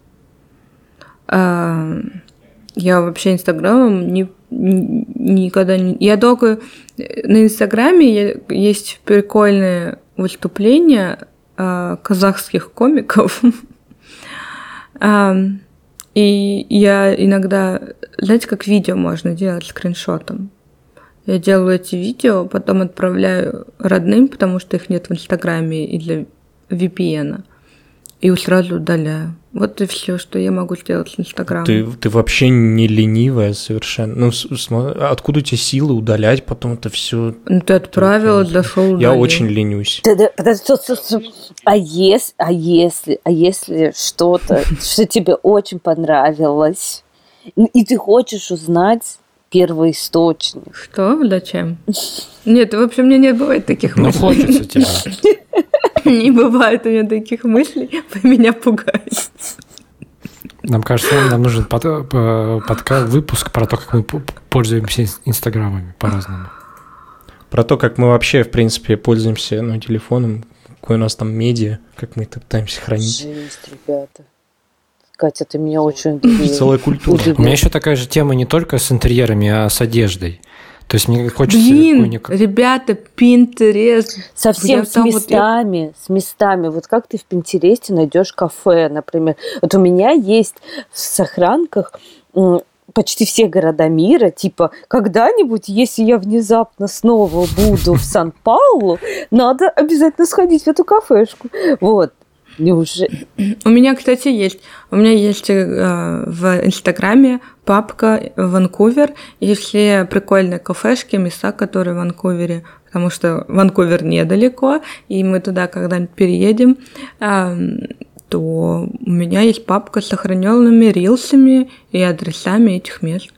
А, я вообще Инстаграмом не, не, никогда не... Я только... На Инстаграме есть прикольные выступления а, казахских комиков. а, и я иногда... Знаете, как видео можно делать скриншотом? Я делаю эти видео, потом отправляю родным, потому что их нет в Инстаграме или ви пи эн. И сразу удаляю. Вот и все, что я могу сделать с Инстаграмом. Ты, ты вообще не ленивая совершенно. Ну, откуда у тебя силы удалять потом это все? Ну, ты отправила, дошел, удалил. Я очень ленюсь. Подожди, стоп, стоп, стоп. А если, а если, а если что-то, что тебе очень понравилось, и ты хочешь узнать, первоисточник. Что? Зачем? Нет, в общем, у меня не бывает таких Ну, мыслей. хочется тебя. Не бывает у меня таких мыслей, вы меня пугаете. Нам кажется, нам нужен под, подка- выпуск про то, как мы пользуемся инстаграмами по-разному. Про то, как мы вообще, в принципе, пользуемся ну, телефоном, какое у нас там медиа, как мы это пытаемся хранить. Жесть, ребята. Катя, ты меня очень удивила. Целая культура. У меня еще такая же тема не только с интерьерами, а с одеждой. То есть мне хочется... Блин, какой-нибудь... ребята, Пинтерест. Совсем Я с там вот- местами, с местами. Вот как ты в Пинтересте найдешь кафе, например. Вот у меня есть в сохранках м, почти все города мира. Типа, когда-нибудь, если я внезапно снова буду в Сан-Паулу, надо обязательно сходить в эту кафешку. Вот. Неужели? У меня, кстати, есть. У меня есть э, в Инстаграме папка Ванкувер. Есть все прикольные кафешки, места, которые в Ванкувере, потому что Ванкувер недалеко, и мы туда когда-нибудь переедем, э, то у меня есть папка с сохраненными рилсами и адресами этих мест.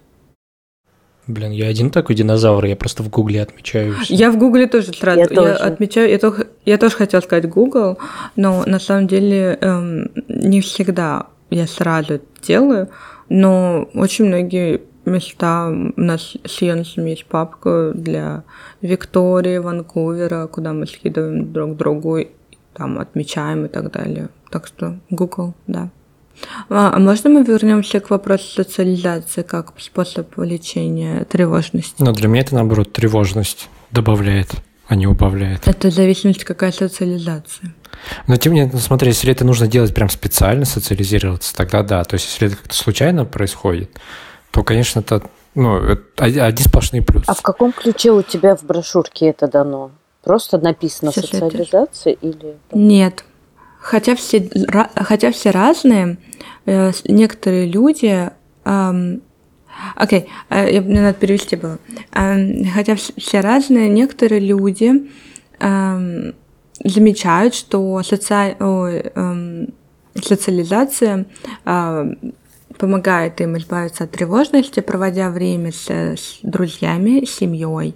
Блин, я один такой динозавр, я просто в Гугле отмечаю. всё. Я в Гугле тоже сразу. Я Я, тоже. отмечаю. Я, только, я тоже хотела сказать Google, но на самом деле эм, не всегда я сразу это делаю, но очень многие места у нас с Йонсом есть папка для Виктории, Ванкувера, куда мы скидываем друг другу, и там отмечаем и так далее. Так что Google, да. А, а можно мы вернемся к вопросу социализации как способ лечения тревожности? Но для меня это, наоборот, тревожность добавляет, а не убавляет. Это зависимость какая социализация. Но тем не менее, ну, смотри, если это нужно делать прям специально, социализироваться, тогда да. То есть если это как-то случайно происходит, то, конечно, это, ну, это один сплошный плюс. А в каком ключе у тебя в брошюрке это дано? Просто написано Сейчас я социализация или... Нет. Хотя все, ра- хотя все разные, э, с- некоторые люди... эм, Окей, э, я- мне надо перевести было. Эм, хотя вс- все разные, некоторые люди эм, замечают, что соци- ой, эм, социализация э, помогает им избавиться от тревожности, проводя время с, с друзьями, с семьей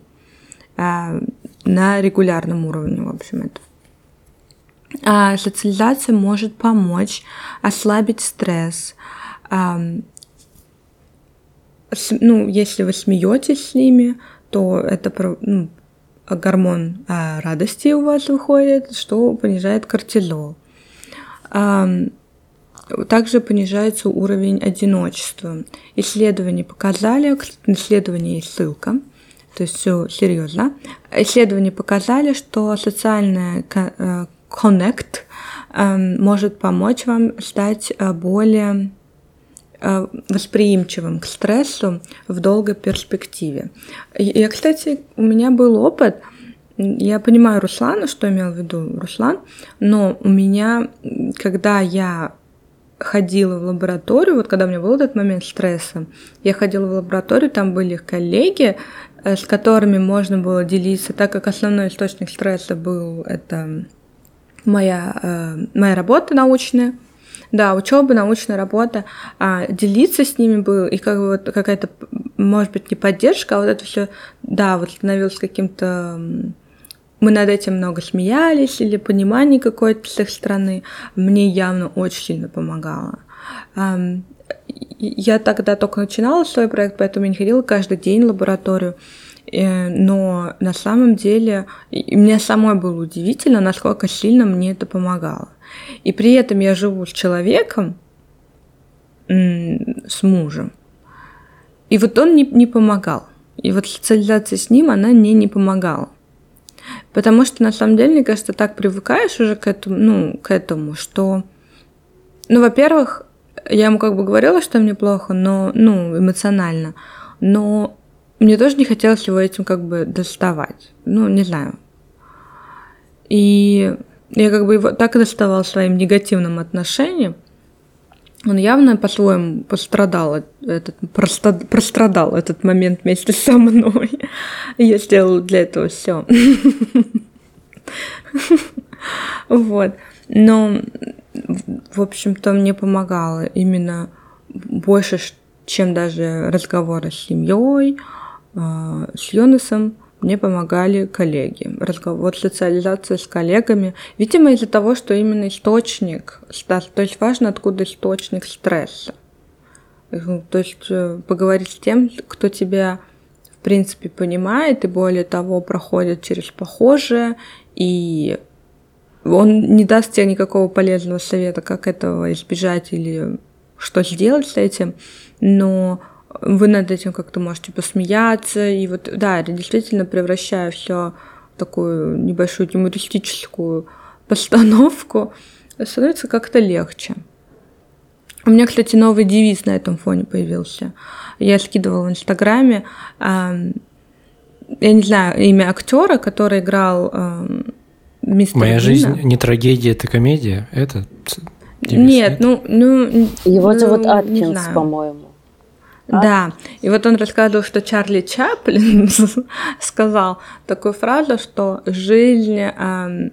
э, на регулярном уровне, в общем, это. А социализация может помочь ослабить стресс. Ам, с- Ну, если вы смеетесь с ними, то это про- ну, гормон а, радости у вас выходит, что понижает кортизол. Ам, Также понижается уровень одиночества. Исследования показали, к исследованию есть ссылка, то есть все серьезно. Исследования показали, что социальная ко- э, connect э, может помочь вам стать э, более э, восприимчивым к стрессу в долгой перспективе. И- Я, кстати, у меня был опыт, я понимаю Руслана, что имел в виду Руслан, но у меня, м, когда я ходила в лабораторию, вот когда у меня был этот момент стресса, я ходила в лабораторию, там были коллеги, э, с которыми можно было делиться, так как основной источник стресса был это моя, э, моя работа научная, да, учеба, научная работа, а делиться с ними было, и как бы вот какая-то, может быть, не поддержка, а вот это все, да, вот становилось каким-то... м, Мы над этим много смеялись, или понимание какое-то с их стороны мне явно очень сильно помогало. Ам, и- Я тогда только начинала свой проект, поэтому я не ходила каждый день в лабораторию. Э, Но на самом деле и мне самой было удивительно, насколько сильно мне это помогало. И при этом я живу с человеком, м, с мужем, и вот он не, не помогал. И вот социализация с ним, она мне не помогала. Потому что, на самом деле, мне кажется, так привыкаешь уже к этому, ну, к этому, что... Ну, во-первых, я ему как бы говорила, что мне плохо, но, ну, эмоционально, но мне тоже не хотелось его этим как бы доставать. Ну, не знаю. И я как бы его так и доставала своим негативным отношением. Он явно по-своему пострадал, от- этот, проста- прострадал этот момент вместе со мной. И я сделала для этого все. Вот. Но, в общем-то, мне помогало именно больше ш- чем даже разговоры с семьей, с Йонасом мне помогали коллеги. Разговор, социализация с коллегами. Видимо, из-за того, что именно источник, то есть важно, откуда источник стресса. То есть поговорить с тем, кто тебя, в принципе, понимает и, более того, проходит через похожее, и он не даст тебе никакого полезного совета, как этого избежать или что сделать с этим, но вы над этим как-то можете посмеяться, и вот, да, действительно превращая все в такую небольшую юмористическую постановку, становится как-то легче. У меня, кстати, новый девиз на этом фоне появился. Я скидывала в Инстаграме, э, я не знаю, имя актера, который играл э, мистера Моя Бина. жизнь не трагедия, это комедия? Это девиз, нет, нет, ну... ну Его ну, зовут Аткинс, по-моему. А? Да, и вот он рассказывал, что Чарли Чаплин сказал такую фразу, что жизнь э,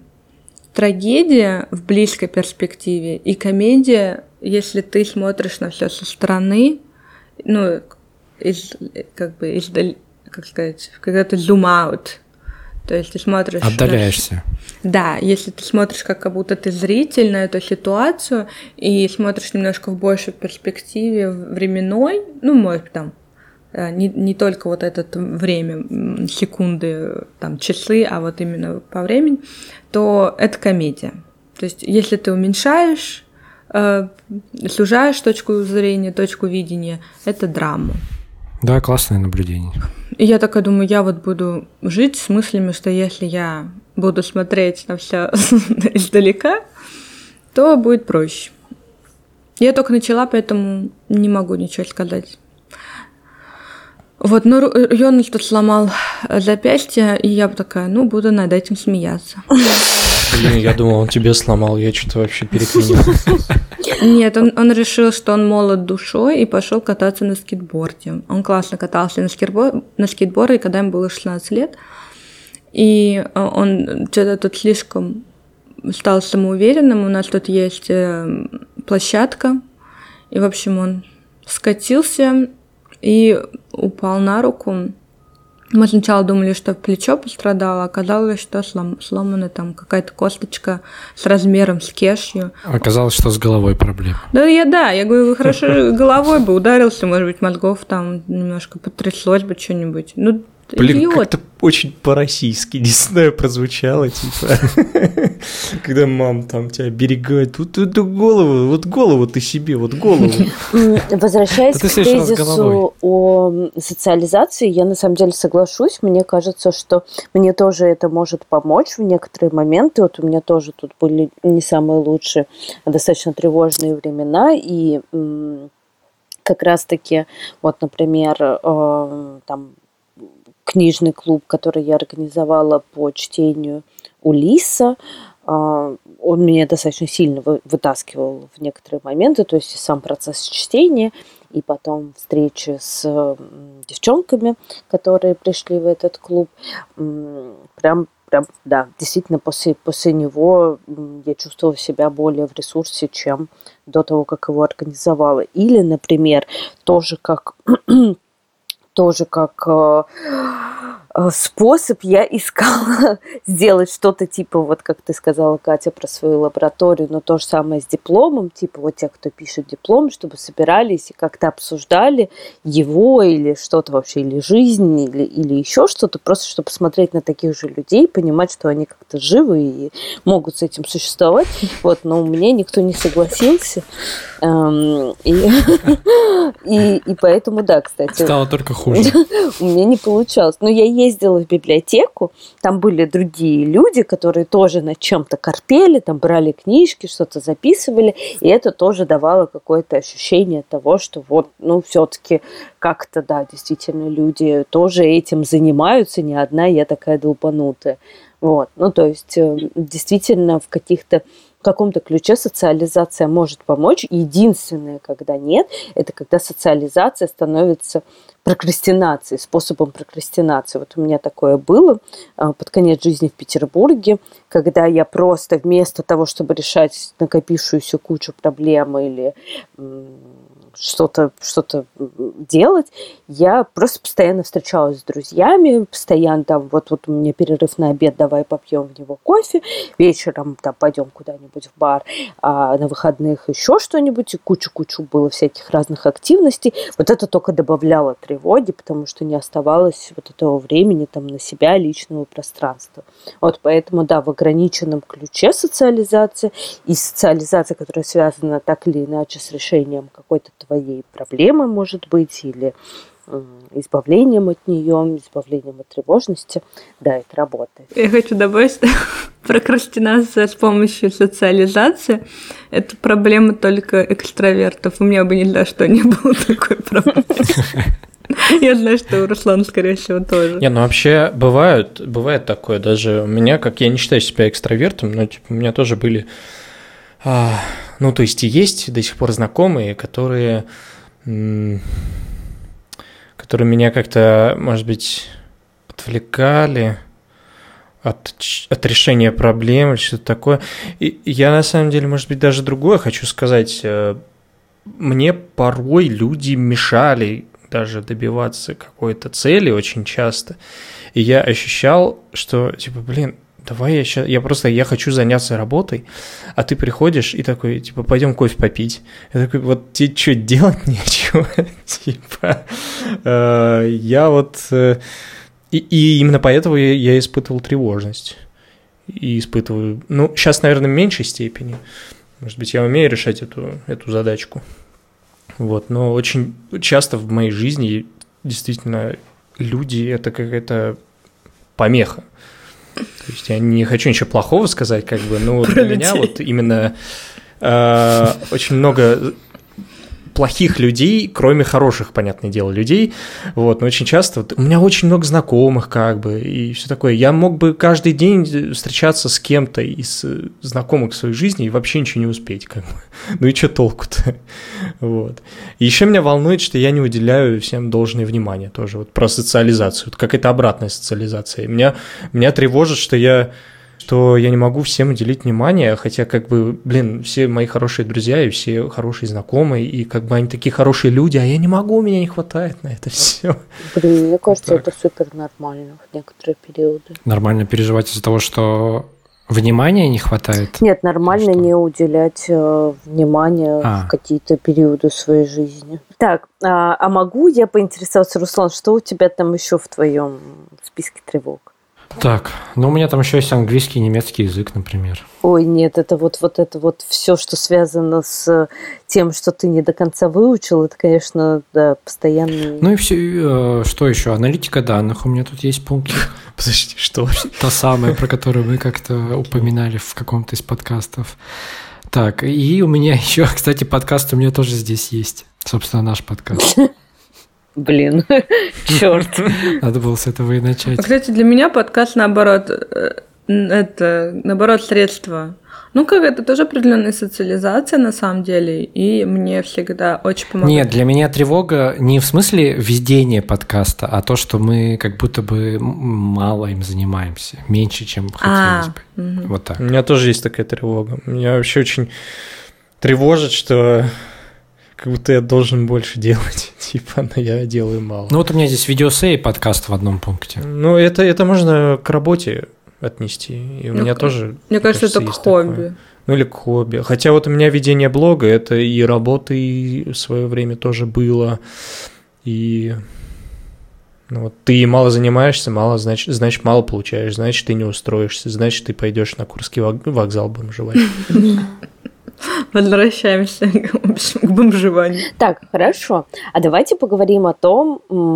трагедия в близкой перспективе и комедия, если ты смотришь на все со стороны, ну, из, как бы, из, как сказать, когда ты zoom out, то есть ты смотришь... Отдаляешься. На... Да, если ты смотришь, как, как будто ты зритель на эту ситуацию и смотришь немножко в большей перспективе временной, ну, может, там, не, не только вот это время, секунды, там, часы, а вот именно по времени, то это комедия. То есть если ты уменьшаешь, э, сужаешь точку зрения, точку видения, это драма. Да, классное наблюдение. И я такая думаю, я вот буду жить с мыслями, что если я буду смотреть на все издалека, то будет проще. Я только начала, поэтому не могу ничего сказать. Вот, ну, Йонас тут сломал запястье, и я такая, ну, буду над этим смеяться. Блин, я думал, он тебе сломал, я что-то вообще переклинил. Нет, он, он решил, что он молод душой и пошел кататься на скейтборде. Он классно катался на, скейтбор... на скейтборде, когда ему было шестнадцать лет. И он что-то тут слишком стал самоуверенным. У нас тут есть площадка. И, в общем, он скатился и упал на руку. Мы сначала думали, что плечо пострадало, оказалось, что слом, сломана там какая-то косточка с размером с кешью. Оказалось, что с головой проблема. Да, я да, я говорю, хорошо, головой бы ударился, может быть, мозгов там немножко потряслось бы что-нибудь. Ну, блин, идиот. Как-то очень по-российски, не знаю, прозвучало, типа, когда мама там тебя берегает, вот эту голову, вот голову ты себе, вот голову. Возвращаясь к тезису о социализации, я на самом деле соглашусь, мне кажется, что мне тоже это может помочь в некоторые моменты, вот у меня тоже тут были не самые лучшие, а достаточно тревожные времена, и как раз-таки, вот, например, там, книжный клуб, который я организовала по чтению Улисса, он меня достаточно сильно вытаскивал в некоторые моменты, то есть сам процесс чтения, и потом встречи с девчонками, которые пришли в этот клуб. Прям, прям да, действительно, после, после него я чувствовала себя более в ресурсе, чем до того, как его организовала. Или, например, тоже как... тоже как э, э, способ я искала сделать что-то типа, вот как ты сказала, Катя, про свою лабораторию, но то же самое с дипломом, типа вот те, кто пишет диплом, чтобы собирались и как-то обсуждали его или что-то вообще, или жизнь, или, или еще что-то, просто чтобы смотреть на таких же людей, понимать, что они как-то живы и могут с этим существовать. Вот, но у меня никто не согласился. Эм, и, и, и поэтому, да, кстати... Стало только хуже. У меня не получалось. Но я ездила в библиотеку, там были другие люди, которые тоже над чем-то корпели, там брали книжки, что-то записывали, и это тоже давало какое-то ощущение того, что вот, ну, все-таки как-то, да, действительно, люди тоже этим занимаются, не одна я такая долбанутая. Вот, ну, то есть, действительно, в каких-то в каком-то ключе социализация может помочь. Единственное, когда нет, это когда социализация становится прокрастинацией, способом прокрастинации. Вот у меня такое было под конец жизни в Петербурге, когда я просто вместо того, чтобы решать накопившуюся кучу проблем или что-то, что-то делать, я просто постоянно встречалась с друзьями, постоянно там, вот, вот у меня перерыв на обед, давай попьем в него кофе, вечером там пойдем куда-нибудь в бар, а на выходных еще что-нибудь, и кучу-кучу было всяких разных активностей. Вот это только добавляло тревоги, потому что не оставалось вот этого времени там на себя, личного пространства. Вот поэтому, да, в ограниченном ключе социализация и социализация, которая связана так или иначе с решением какой-то твоей проблемы, может быть, или э, избавлением от нее, избавлением от тревожности, да, это работает. Я хочу добавить, что прокрастинация с помощью социализации – это проблема только экстравертов. У меня бы ни за что не было такой проблемы. Я знаю, что у Руслана, скорее всего, тоже. Не, ну вообще бывают, бывает такое. Даже у меня, как я не считаю себя экстравертом, но типа, у меня тоже были... А, ну, то есть и есть до сих пор знакомые, которые, м- которые меня как-то, может быть, отвлекали от, от решения проблем или что-то такое. И я, на самом деле, может быть, даже другое хочу сказать. Мне порой люди мешали даже добиваться какой-то цели очень часто. И я ощущал, что, типа, блин, давай я сейчас, я просто, я хочу заняться работой, а ты приходишь и такой, типа, пойдем кофе попить. Я такой, вот тебе что, делать нечего? Типа, я вот... И, и именно поэтому я, я испытывал тревожность. И испытываю... Ну, сейчас, наверное, в меньшей степени. Может быть, я умею решать эту, эту задачку. Вот, но очень часто в моей жизни действительно люди – это какая-то помеха. То есть я не хочу ничего плохого сказать, как бы, но для меня вот именно э, очень много плохих людей, кроме хороших, понятное дело, людей, вот, но очень часто, вот, у меня очень много знакомых, как бы, и все такое, я мог бы каждый день встречаться с кем-то из знакомых в своей жизни и вообще ничего не успеть, как бы, ну и что толку-то, вот. И еще меня волнует, что я не уделяю всем должное внимание тоже, вот, про социализацию, вот, какая-то обратная социализация, меня, меня тревожит, что я что я не могу всем уделить внимание, хотя, как бы, блин, все мои хорошие друзья и все хорошие знакомые, и как бы они такие хорошие люди, а я не могу, у меня не хватает на это все. Блин, мне кажется, так. это супер нормально в некоторые периоды. Нормально переживать из-за того, что внимания не хватает? Нет, нормально что? не уделять э, внимания а. в какие-то периоды своей жизни. Так, а, а могу я поинтересоваться, Руслан, что у тебя там еще в твоем списке тревог? Так, ну у меня там еще есть английский и немецкий язык, например. Ой, нет, это вот, вот это вот все, что связано с тем, что ты не до конца выучил, это, конечно, да, постоянно... Ну и все, э, что еще? Аналитика данных, у меня тут есть пункт. Подожди, что? Та самая, про которую мы как-то упоминали в каком-то из подкастов. Так, и у меня еще, кстати, подкаст у меня тоже здесь есть. Собственно, наш подкаст. Блин, черт. Надо было с этого и начать. Кстати, для меня подкаст, наоборот, это, наоборот, средство. Ну, как это тоже определенная социализация, на самом деле, и мне всегда очень помогает. Нет, для меня тревога не в смысле ведения подкаста, а то, что мы как будто бы мало им занимаемся, меньше, чем хотелось бы. Угу. Вот так. У меня тоже есть такая тревога. Меня вообще очень тревожит, что... как будто я должен больше делать, типа, но я делаю мало. Ну вот у меня здесь видеоэссе и подкаст в одном пункте. Ну это, это можно к работе отнести, и у ну, меня тоже... Мне кажется, это к хобби. Такое. Ну или к хобби. Хотя вот у меня ведение блога, это и работа, и в свое время тоже было, и... Ну, вот ты мало занимаешься, мало, значит, значит, мало получаешь, значит, ты не устроишься, значит, ты пойдешь на Курский вокзал бомжевать. Возвращаемся к бомжеванию. Так, хорошо. А давайте поговорим о том,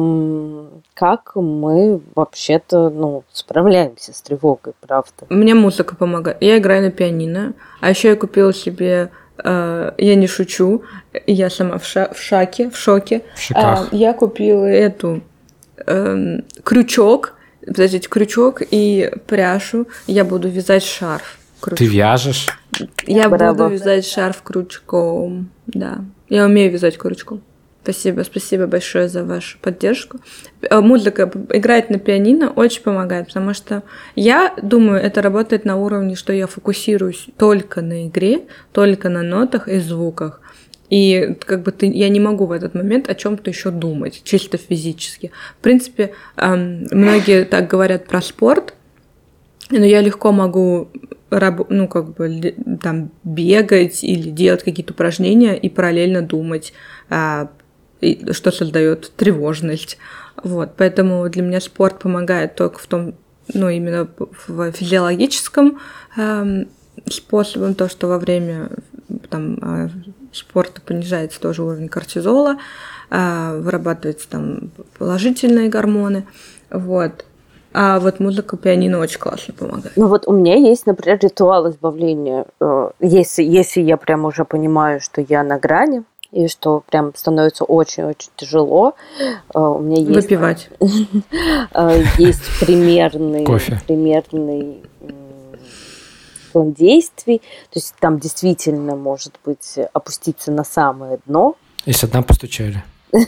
как мы вообще-то, ну, справляемся с тревогой, правда. Мне музыка помогает. Я играю на пианино. А еще я купила себе... Э, я не шучу. Я сама в, ша- в шаке, в шоке. В шиках. Э, я купила эту... Э, крючок. Подождите, крючок и пряжу. Я буду вязать шарф. Крючком. Ты вяжешь? Я Браво. буду вязать шарф крючком, да. Я умею вязать крючком. Спасибо, спасибо большое за вашу поддержку. Музыка, играть на пианино очень помогает, потому что я думаю, это работает на уровне, что я фокусируюсь только на игре, только на нотах и звуках. И как бы ты, я не могу в этот момент о чем-то еще думать, чисто физически. В принципе, эм, многие так говорят про спорт, но я легко могу ну, как бы, там, бегать или делать какие-то упражнения и параллельно думать, э, что создает тревожность. Вот. Поэтому для меня спорт помогает только в том, ну, именно в физиологическом э, способом, то, что во время там, спорта понижается тоже уровень кортизола, э, вырабатываются там положительные гормоны. Вот. А вот музыка, пианино очень классно помогает. Ну вот у меня есть, например, ритуал избавления. Если, если я прям уже понимаю, что я на грани, и что прям становится очень-очень тяжело, у меня есть... Выпивать. Есть примерный... Кофе. Примерный план действий. То есть там действительно, может быть, опуститься на самое дно. И со дна постучали.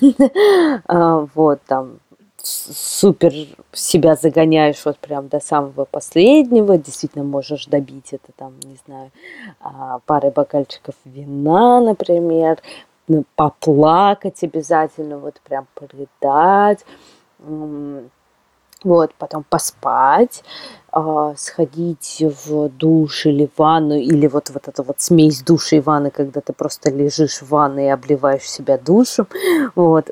Вот, там... супер себя загоняешь вот прям до самого последнего, действительно можешь добить это там, не знаю, парой бокальчиков вина, например, поплакать обязательно, вот прям порыдать, вот, потом поспать, сходить в душ или в ванну, или вот, вот эта вот смесь душа и ванны, когда ты просто лежишь в ванной и обливаешь себя душем, вот,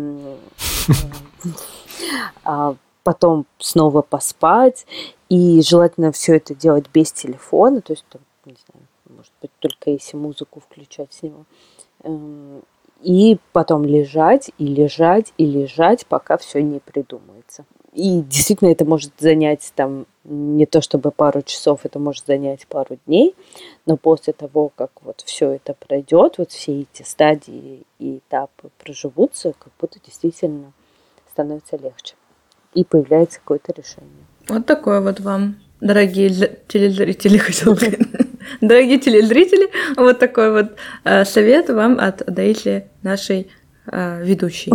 а потом снова поспать, и желательно все это делать без телефона, то есть, не знаю, может быть, только если музыку включать с него, и потом лежать, и лежать, и лежать, пока все не придумается. И действительно это может занять там не то чтобы пару часов, это может занять пару дней, но после того, как вот все это пройдет, вот все эти стадии и этапы проживутся, как будто действительно становится легче. И появляется какое-то решение. Вот такое вот вам, дорогие телезрители, хотел сказать. Дорогие телезрители, вот такой вот э, совет вам от Дейзи, нашей э, ведущей.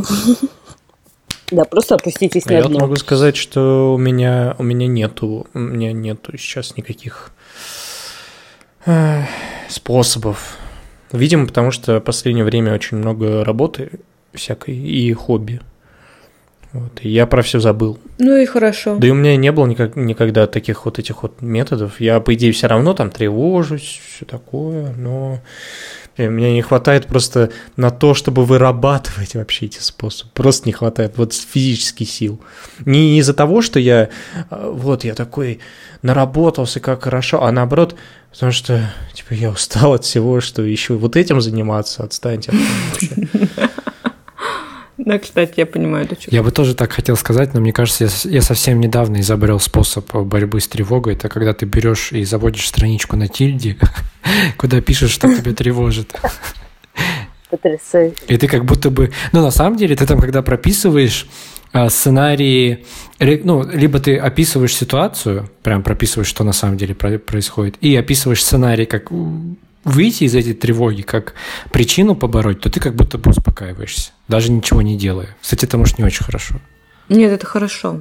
Да, просто опуститесь на дно. Я могу сказать, что у меня, у меня нету, у меня нету сейчас никаких э, способов. Видимо, потому что в последнее время очень много работы всякой и хобби. Вот, и я про все забыл. Ну и хорошо. Да и у меня не было никак, никогда таких вот этих вот методов. Я, по идее, все равно там тревожусь, все такое, но мне не хватает просто на то, чтобы вырабатывать вообще эти способы. Просто не хватает вот физических сил. Не из-за того, что я вот я такой наработался, как хорошо, а наоборот, потому что типа я устал от всего, что еще вот этим заниматься, отстаньте от меня вообще. Да, кстати, я понимаю, до чего. Я бы тоже так хотел сказать, но мне кажется, я, я совсем недавно изобрел способ борьбы с тревогой. Это когда ты берешь и заводишь страничку на тильде, куда пишешь, что тебя тревожит. Потрясающе. И ты как будто бы... Ну, на самом деле, ты там, когда прописываешь сценарии, ну, либо ты описываешь ситуацию, прям прописываешь, что на самом деле происходит, и описываешь сценарий, как выйти из этой тревоги, как причину побороть, то ты как будто бы успокаиваешься, даже ничего не делая. Кстати, это, может, не очень хорошо. Нет, это хорошо.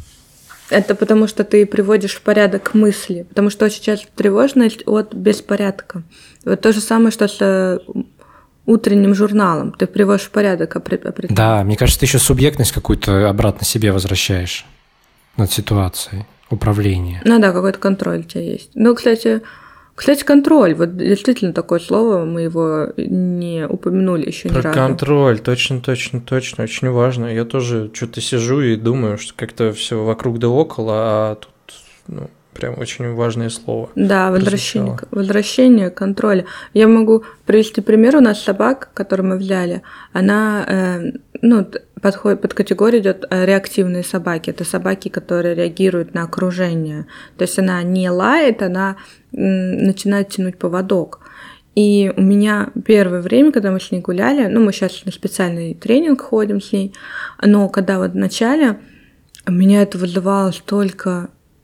Это потому, что ты приводишь в порядок мысли, потому что очень часто тревожность от беспорядка. Вот то же самое, что с утренним журналом. Ты приводишь в порядок определенно. Да, мне кажется, ты еще субъектность какую-то обратно себе возвращаешь над ситуацией, управление. Ну да, какой-то контроль у тебя есть. Ну, кстати... Кстати, контроль, вот действительно такое слово, мы его не упомянули еще ни Про разу. Контроль, точно, точно, точно, очень важно. Я тоже что-то сижу и думаю, что как-то все вокруг да около, а тут ну, прям очень важное слово. Да, возвращение, возвращение контроля. Я могу привести пример. У нас собака, которую мы взяли, она э, ну, подходит под категорию идет реактивные собаки. Это собаки, которые реагируют на окружение. То есть она не лает, она начинает тянуть поводок. И у меня первое время, когда мы с ней гуляли, ну, мы сейчас на специальный тренинг ходим с ней, но когда вот в начале меня это вызывало столько,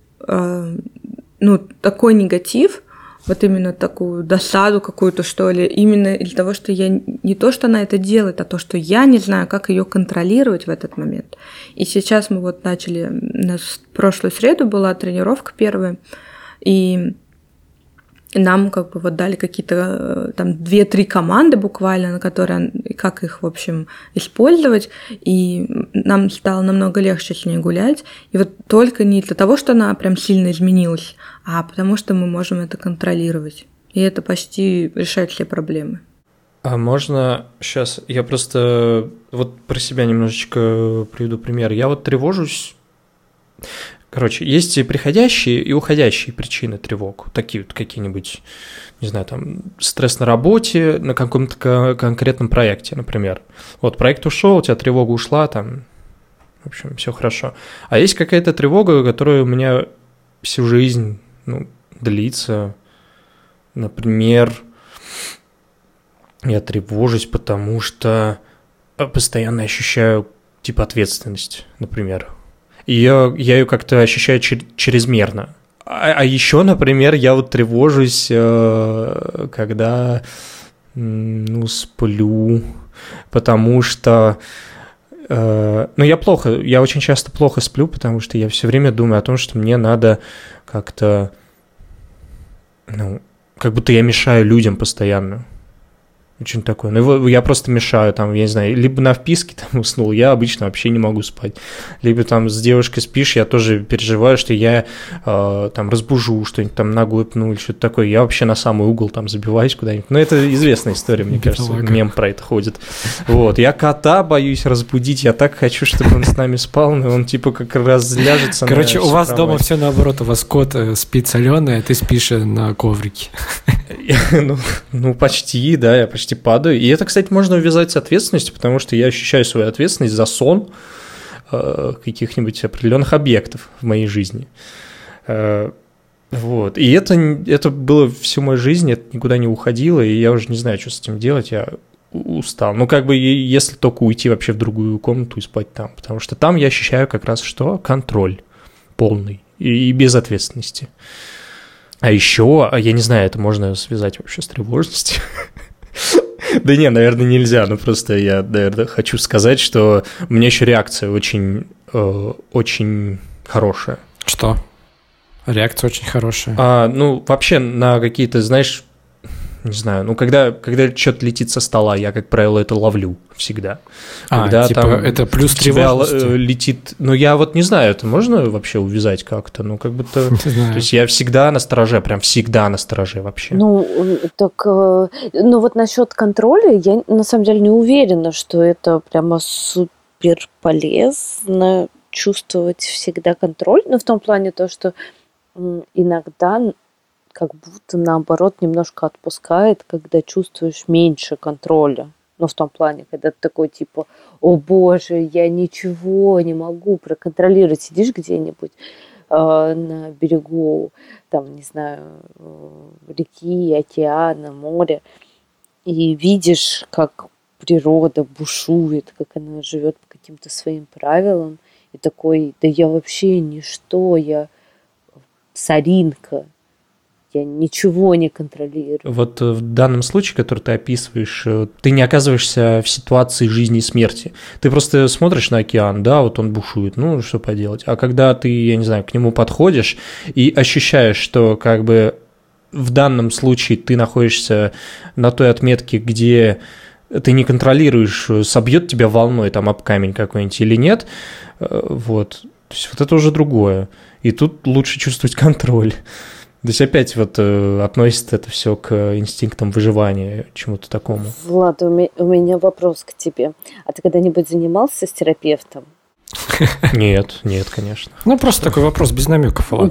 э, ну, такой негатив, вот именно такую досаду какую-то, что ли, именно из-за того, что я не то, что она это делает, а то, что я не знаю, как ее контролировать в этот момент. И сейчас мы вот начали, у нас в прошлую среду была тренировка первая, и И нам как бы вот дали какие-то там две-три команды буквально, на которые, как их, в общем, использовать, и нам стало намного легче с ней гулять. И вот только не для того, что она прям сильно изменилась, а потому что мы можем это контролировать. И это почти решает все проблемы. А можно сейчас, я просто вот про себя немножечко приведу пример. Я вот тревожусь. Короче, есть и приходящие, и уходящие причины тревог. Такие вот какие-нибудь, не знаю, там, стресс на работе, на каком-то конкретном проекте, например. Вот проект ушел, у тебя тревога ушла, там, в общем, все хорошо. А есть какая-то тревога, которая у меня всю жизнь, ну, длится. Например, я тревожусь, потому что постоянно ощущаю, типа, ответственность, например. И я, я ее как-то ощущаю чер- чрезмерно. А, а еще, например, я вот тревожусь, э, когда, ну, сплю, потому что, э, ну, я плохо, я очень часто плохо сплю, потому что я все время думаю о том, что мне надо как-то, ну, как будто я мешаю людям постоянно. Очень такое. Ну, я просто мешаю, там, я не знаю, либо на вписке там уснул, я обычно вообще не могу спать. Либо там с девушкой спишь, я тоже переживаю, что я э, там разбужу, что-нибудь там ногой пну или что-то такое. Я вообще на самый угол там забиваюсь куда-нибудь. Ну, это известная история, мне кажется, мем про это ходит. Вот. Я кота боюсь разбудить, я так хочу, чтобы он с нами спал, но он типа как раз ляжется. Короче, у вас дома все наоборот, у вас кот спит соленый, а ты спишь на коврике. Ну, ну, почти, да, я почти падаю. И это, кстати, можно увязать с ответственностью, потому что я ощущаю свою ответственность за сон э, каких-нибудь определенных объектов в моей жизни. Э, вот. И это, это было всю мою жизнь, это никуда не уходило, и я уже не знаю, что с этим делать, я устал. Ну, как бы, если только уйти вообще в другую комнату и спать там, потому что там я ощущаю как раз что? Контроль полный и, и без ответственности. А еще, я не знаю, это можно связать вообще с тревожностью. Да не, наверное, нельзя, но просто я, наверное, хочу сказать, что у меня еще реакция очень, э, очень хорошая. Что? Реакция очень хорошая. А, ну, вообще на какие-то, знаешь, не знаю, ну, когда, когда что-то летит со стола, я, как правило, это ловлю всегда. А, когда типа там это плюс тревожности? Летит, ну, я вот не знаю, это можно вообще увязать как-то? Ну, как будто... То есть я всегда на стороже, прям всегда на стороже вообще. Ну, так, ну, вот насчет контроля я, на самом деле, не уверена, что это прямо супер полезно чувствовать всегда контроль, но в том плане то, что иногда как будто, наоборот, немножко отпускает, когда чувствуешь меньше контроля. Ну, в том плане, когда ты такой, типа, о боже, я ничего не могу проконтролировать. Сидишь где-нибудь э, на берегу, там, не знаю, реки, океана, моря, и видишь, как природа бушует, как она живет по каким-то своим правилам, и такой, да я вообще ничто, я соринка. Я ничего не контролирую. Вот в данном случае, который ты описываешь, ты не оказываешься в ситуации жизни и смерти. Ты просто смотришь на океан, да, вот он бушует, ну, что поделать. А когда ты, я не знаю, к нему подходишь и ощущаешь, что как бы в данном случае ты находишься на той отметке, где ты не контролируешь, собьет тебя волной там об камень какой-нибудь или нет, вот. То есть вот это уже другое. И тут лучше чувствовать контроль. То есть опять вот э, относится это все к инстинктам выживания, чему-то такому. Влад, у меня, у меня вопрос к тебе. А ты когда-нибудь занимался с терапевтом? Нет, нет, конечно. Ну, просто такой вопрос без намеков, Влад.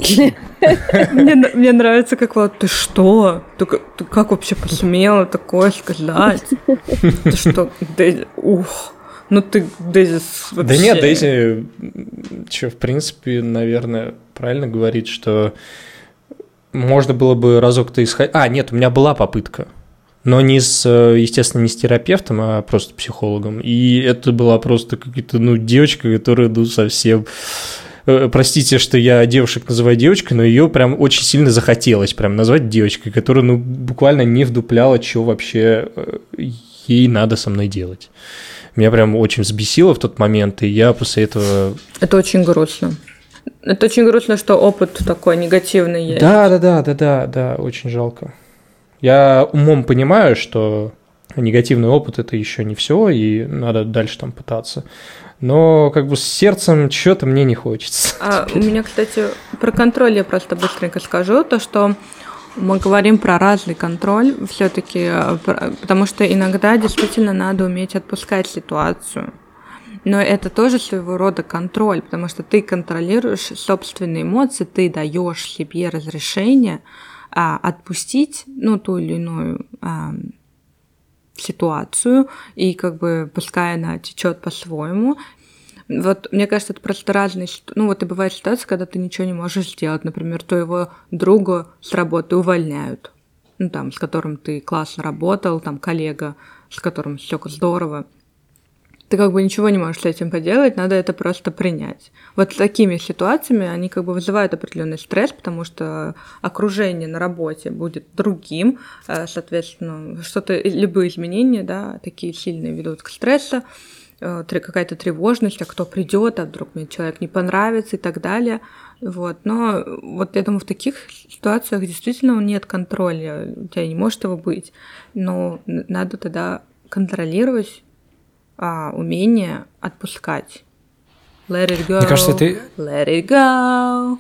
Мне нравится, как Влад, ты что? Ты как вообще посмела такое сказать? Ты что, Дейзи, ух, ну ты, Дейзи, вообще... Да нет, Дейзи, что, в принципе, наверное, правильно говорит, что можно было бы разок-то исходить... А, нет, у меня была попытка, но не с, естественно, не с терапевтом, а просто психологом. И это была просто какая-то, ну, девочка, которая, ну, совсем... Простите, что я девушек называю девочкой, но ее прям очень сильно захотелось прям назвать девочкой, которая, ну, буквально не вдупляла, что вообще ей надо со мной делать. Меня прям очень взбесило в тот момент, и я после этого... Это очень грустно. Это очень грустно, что опыт такой негативный есть. Да, да, да, да, да, да, очень жалко. Я умом понимаю, что негативный опыт – это еще не все, и надо дальше там пытаться. Но как бы с сердцем что-то мне не хочется. А у меня, кстати, про контроль я просто быстренько скажу, то, что мы говорим про разный контроль все-таки, потому что иногда действительно надо уметь отпускать ситуацию. Но это тоже своего рода контроль, потому что ты контролируешь собственные эмоции, ты даешь себе разрешение а, отпустить, ну, ту или иную а, ситуацию, и как бы пускай она течет по-своему. Вот, мне кажется, это просто разные... Ну, вот и бывает ситуация, когда ты ничего не можешь сделать. Например, твоего друга с работы увольняют, ну, там, с которым ты классно работал, там, коллега, с которым все здорово. Ты как бы ничего не можешь с этим поделать, надо это просто принять. Вот с такими ситуациями они как бы вызывают определенный стресс, потому что окружение на работе будет другим, соответственно, что-то, любые изменения, да, такие сильные ведут к стрессу, какая-то тревожность, а кто придет, а вдруг мне человек не понравится и так далее. Вот. Но вот я думаю, в таких ситуациях действительно нет контроля, у тебя не может его быть, но надо тогда контролировать а, умение отпускать. Let it go. Мне кажется, ты... Let it go.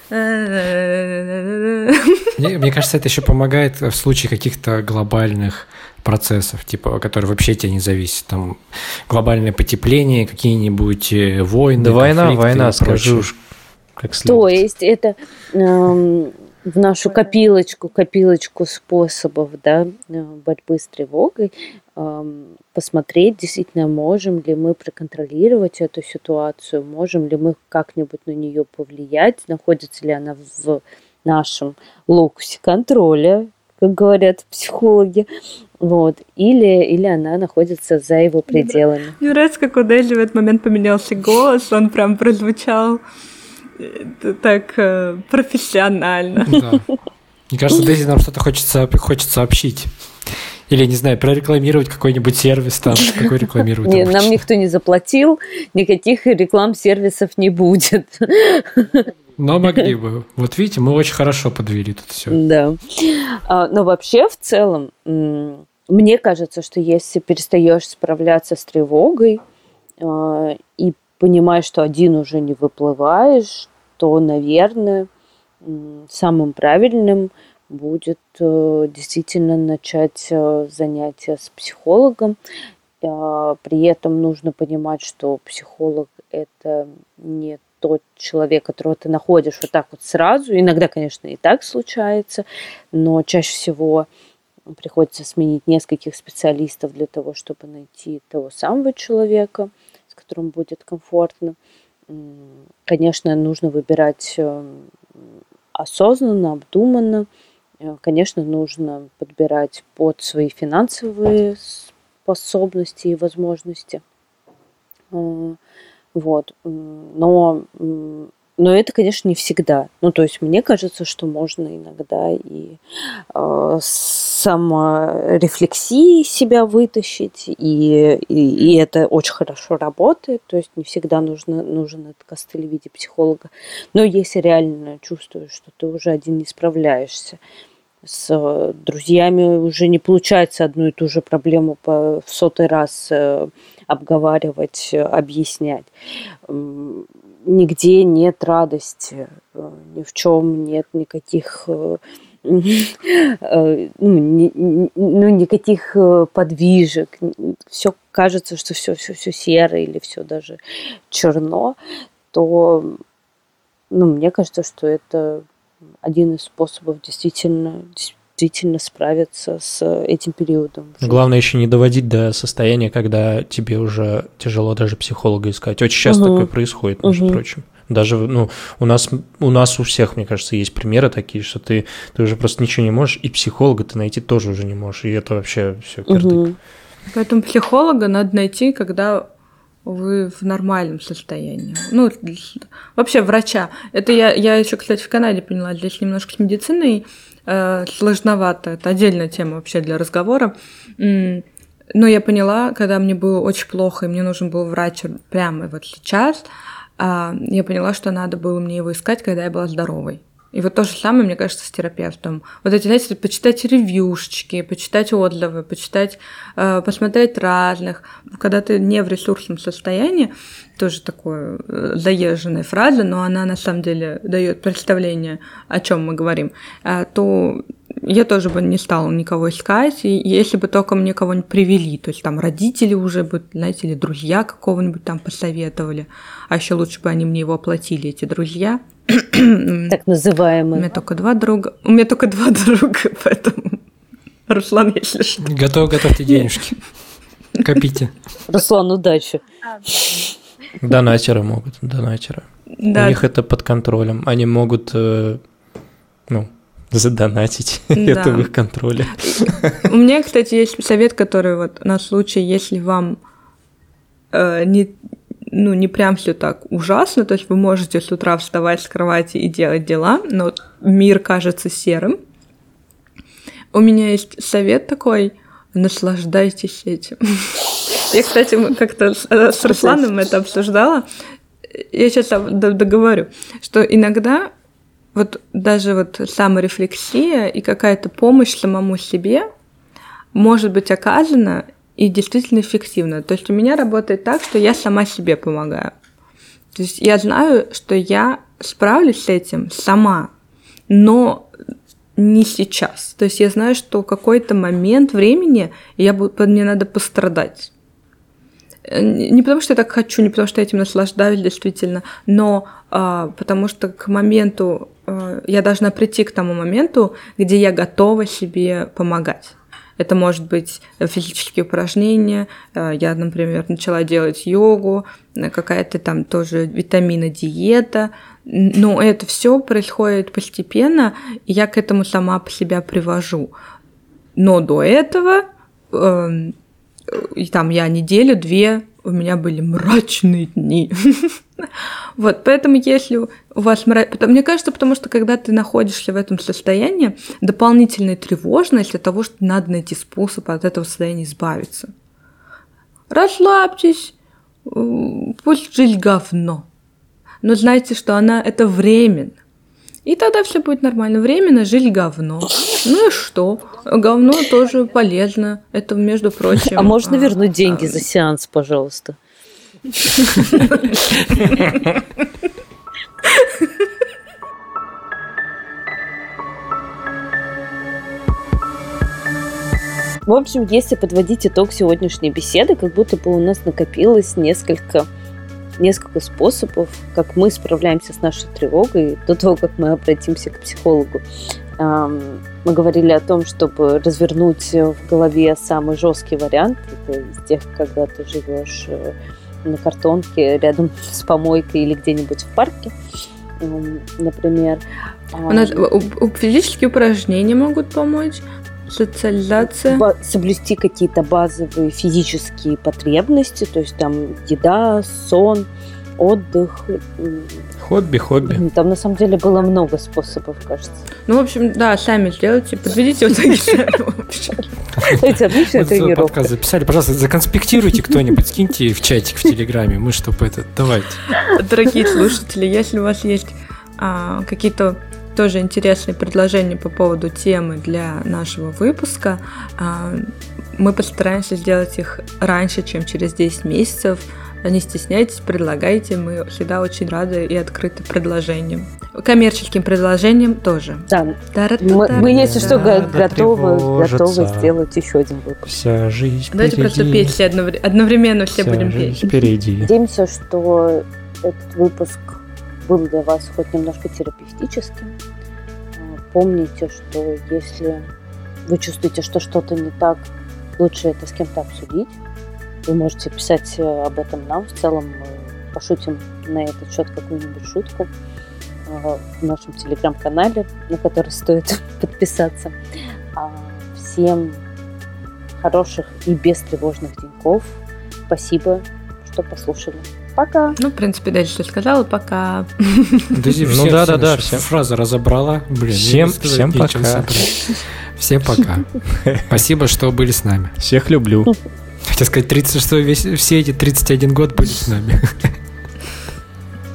Мне, мне кажется, это еще помогает в случае каких-то глобальных процессов, типа, которые вообще от тебя не зависят. Там глобальное потепление, какие-нибудь войны, да война, война, скажу уж как следует. То есть это эм, в нашу копилочку, копилочку способов, да, борьбы с тревогой эм, посмотреть, действительно, можем ли мы проконтролировать эту ситуацию, можем ли мы как-нибудь на нее повлиять, находится ли она в нашем локусе контроля, как говорят психологи, вот, или, или она находится за его пределами. Мне нравится, как у Дейзи в этот момент поменялся голос, он прям прозвучал так э, профессионально. Да. Мне кажется, Дейзи нам что-то хочет, хочет сообщить. Или, не знаю, прорекламировать какой-нибудь сервис там, какой рекламируют. Нет, нам никто не заплатил, никаких реклам-сервисов не будет. Но могли бы. Вот видите, мы очень хорошо подвели тут все. Да. Но вообще, в целом, мне кажется, что если перестаешь справляться с тревогой и понимаешь, что один уже не выплываешь, то, наверное, самым правильным будет действительно начать занятия с психологом. При этом нужно понимать, что психолог – это не тот человек, которого ты находишь вот так вот сразу. Иногда, конечно, и так случается, но чаще всего приходится сменить нескольких специалистов для того, чтобы найти того самого человека, с которым будет комфортно. Конечно, нужно выбирать осознанно, обдуманно. Конечно, нужно подбирать под свои финансовые способности и возможности. Вот. Но, но это, конечно, не всегда. Ну, то есть мне кажется, что можно иногда и э, саморефлексии себя вытащить, и, и, и это очень хорошо работает. То есть не всегда нужно, нужен этот костыль в виде психолога. Но если реально чувствуешь, что ты уже один не справляешься, с друзьями уже не получается одну и ту же проблему по, в сотый раз э, обговаривать, объяснять. Нигде нет радости, ни в чем нет никаких, ну, никаких подвижек. Все кажется, что все, все, все серо или все даже черно, то, ну, мне кажется, что это один из способов действительно, действительно справиться с этим периодом. Главное еще не доводить до состояния, когда тебе уже тяжело даже психолога искать. Очень часто угу. такое происходит, между угу. прочим. Даже, ну, у нас, у нас у всех, мне кажется, есть примеры такие, что ты, ты уже просто ничего не можешь, и психолога ты найти тоже уже не можешь, и это вообще все кирдык. Угу. Поэтому психолога надо найти, когда вы в нормальном состоянии. Ну, вообще врача. Это я, я еще, кстати, в Канаде поняла, здесь немножко с медициной э, сложновато. Это отдельная тема вообще для разговора. Но я поняла, когда мне было очень плохо, и мне нужен был врач прямо вот сейчас, я поняла, что надо было мне его искать, когда я была здоровой. И вот то же самое, мне кажется, с терапевтом. Вот эти, знаете, почитать ревьюшечки, почитать отзывы, почитать, э, посмотреть разных. Когда ты не в ресурсном состоянии, тоже такая заезженная фраза, но она на самом деле дает представление, о чем мы говорим, э, то я тоже бы не стала никого искать, и если бы только мне кого-нибудь привели, то есть там родители уже бы, знаете, или друзья какого-нибудь там посоветовали, а еще лучше бы они мне его оплатили, эти друзья. Так называемые. У меня только два друга. У меня только два друга, поэтому Руслан, если что. Готов, готовьте денежки. Копите. Руслан, удачи. Донатеры могут, донатеры. Да. У них это под контролем. Они могут, ну, задонатить. Да. Это в их контроле. У меня, кстати, есть совет, который вот на случай, если вам э, не... ну, не прям все так ужасно, то есть вы можете с утра вставать с кровати и делать дела, но мир кажется серым. У меня есть совет такой: наслаждайтесь этим. Я, кстати, как-то с Русланом это обсуждала. Я сейчас договорю, что иногда вот даже вот саморефлексия и какая-то помощь самому себе может быть оказана и действительно эффективно. То есть у меня работает так, что я сама себе помогаю. То есть я знаю, что я справлюсь с этим сама, но не сейчас. То есть я знаю, что в какой-то момент времени я буду, мне надо пострадать. Не потому, что я так хочу, не потому, что я этим наслаждаюсь действительно, но а, потому что к моменту, а, я должна прийти к тому моменту, где я готова себе помогать. Это может быть физические упражнения. Я, например, начала делать йогу, какая-то там тоже витаминодиета. Но это все происходит постепенно, и я к этому сама себя привожу. Но до этого, э, и там я неделю-две, у меня были мрачные дни. Вот, поэтому если у вас мрач... Мне кажется, потому что когда ты находишься в этом состоянии, дополнительная тревожность для того, что надо найти способ от этого состояния избавиться. Расслабьтесь, пусть жизнь говно, но знайте, что она это временно. И тогда все будет нормально. Временно жизнь говно. Ну и что? Говно тоже полезно. Это, между прочим... А можно вернуть деньги за сеанс, пожалуйста? В общем, если подводить итог сегодняшней беседы, как будто бы у нас накопилось несколько, несколько способов, как мы справляемся с нашей тревогой до того, как мы обратимся к психологу. Мы говорили о том, чтобы развернуть в голове самый жесткий вариант. Это из тех, когда ты живешь на картонке рядом с помойкой или где-нибудь в парке, например. У нас физические упражнения могут помочь, социализация. Соблюсти какие-то базовые физические потребности, то есть там еда, сон, отдых. Хобби, хобби. Там на самом деле было много способов, кажется. Ну, в общем, да, сами сделайте, подведите вот такие. Это отличная тренировка. Подкаст записали, пожалуйста, законспектируйте кто-нибудь, скиньте в чатик в Телеграме, мы чтобы это, давайте. Дорогие слушатели, если у вас есть а, какие-то тоже интересные предложения по поводу темы для нашего выпуска, а, мы постараемся сделать их раньше, чем через десять месяцев. Не стесняйтесь, предлагайте, мы всегда очень рады и открыты предложениям. Коммерческим предложениям тоже. Да, мы, мы если что, готовы, готовы сделать еще один выпуск. Вся жизнь Давайте впереди. просто петь все одновременно, все Вся будем жизнь петь. Впереди. Надеемся, что этот выпуск был для вас хоть немножко терапевтическим. Помните, что если вы чувствуете, что что-то не так, лучше это с кем-то обсудить. Вы можете писать об этом нам. В целом мы пошутим на этот счет какую-нибудь шутку в нашем телеграм-канале, на который стоит подписаться. Всем хороших и бестревожных деньков. Спасибо, что послушали. Пока. Ну, в принципе, дальше что сказала. Пока. Ну да, да, да. Фраза разобрала. Блин, всем, всем пока. Всем пока. Спасибо, что были с нами. Всех люблю. Хотел сказать, тридцать шестой, весь, все эти тридцать один год были с нами.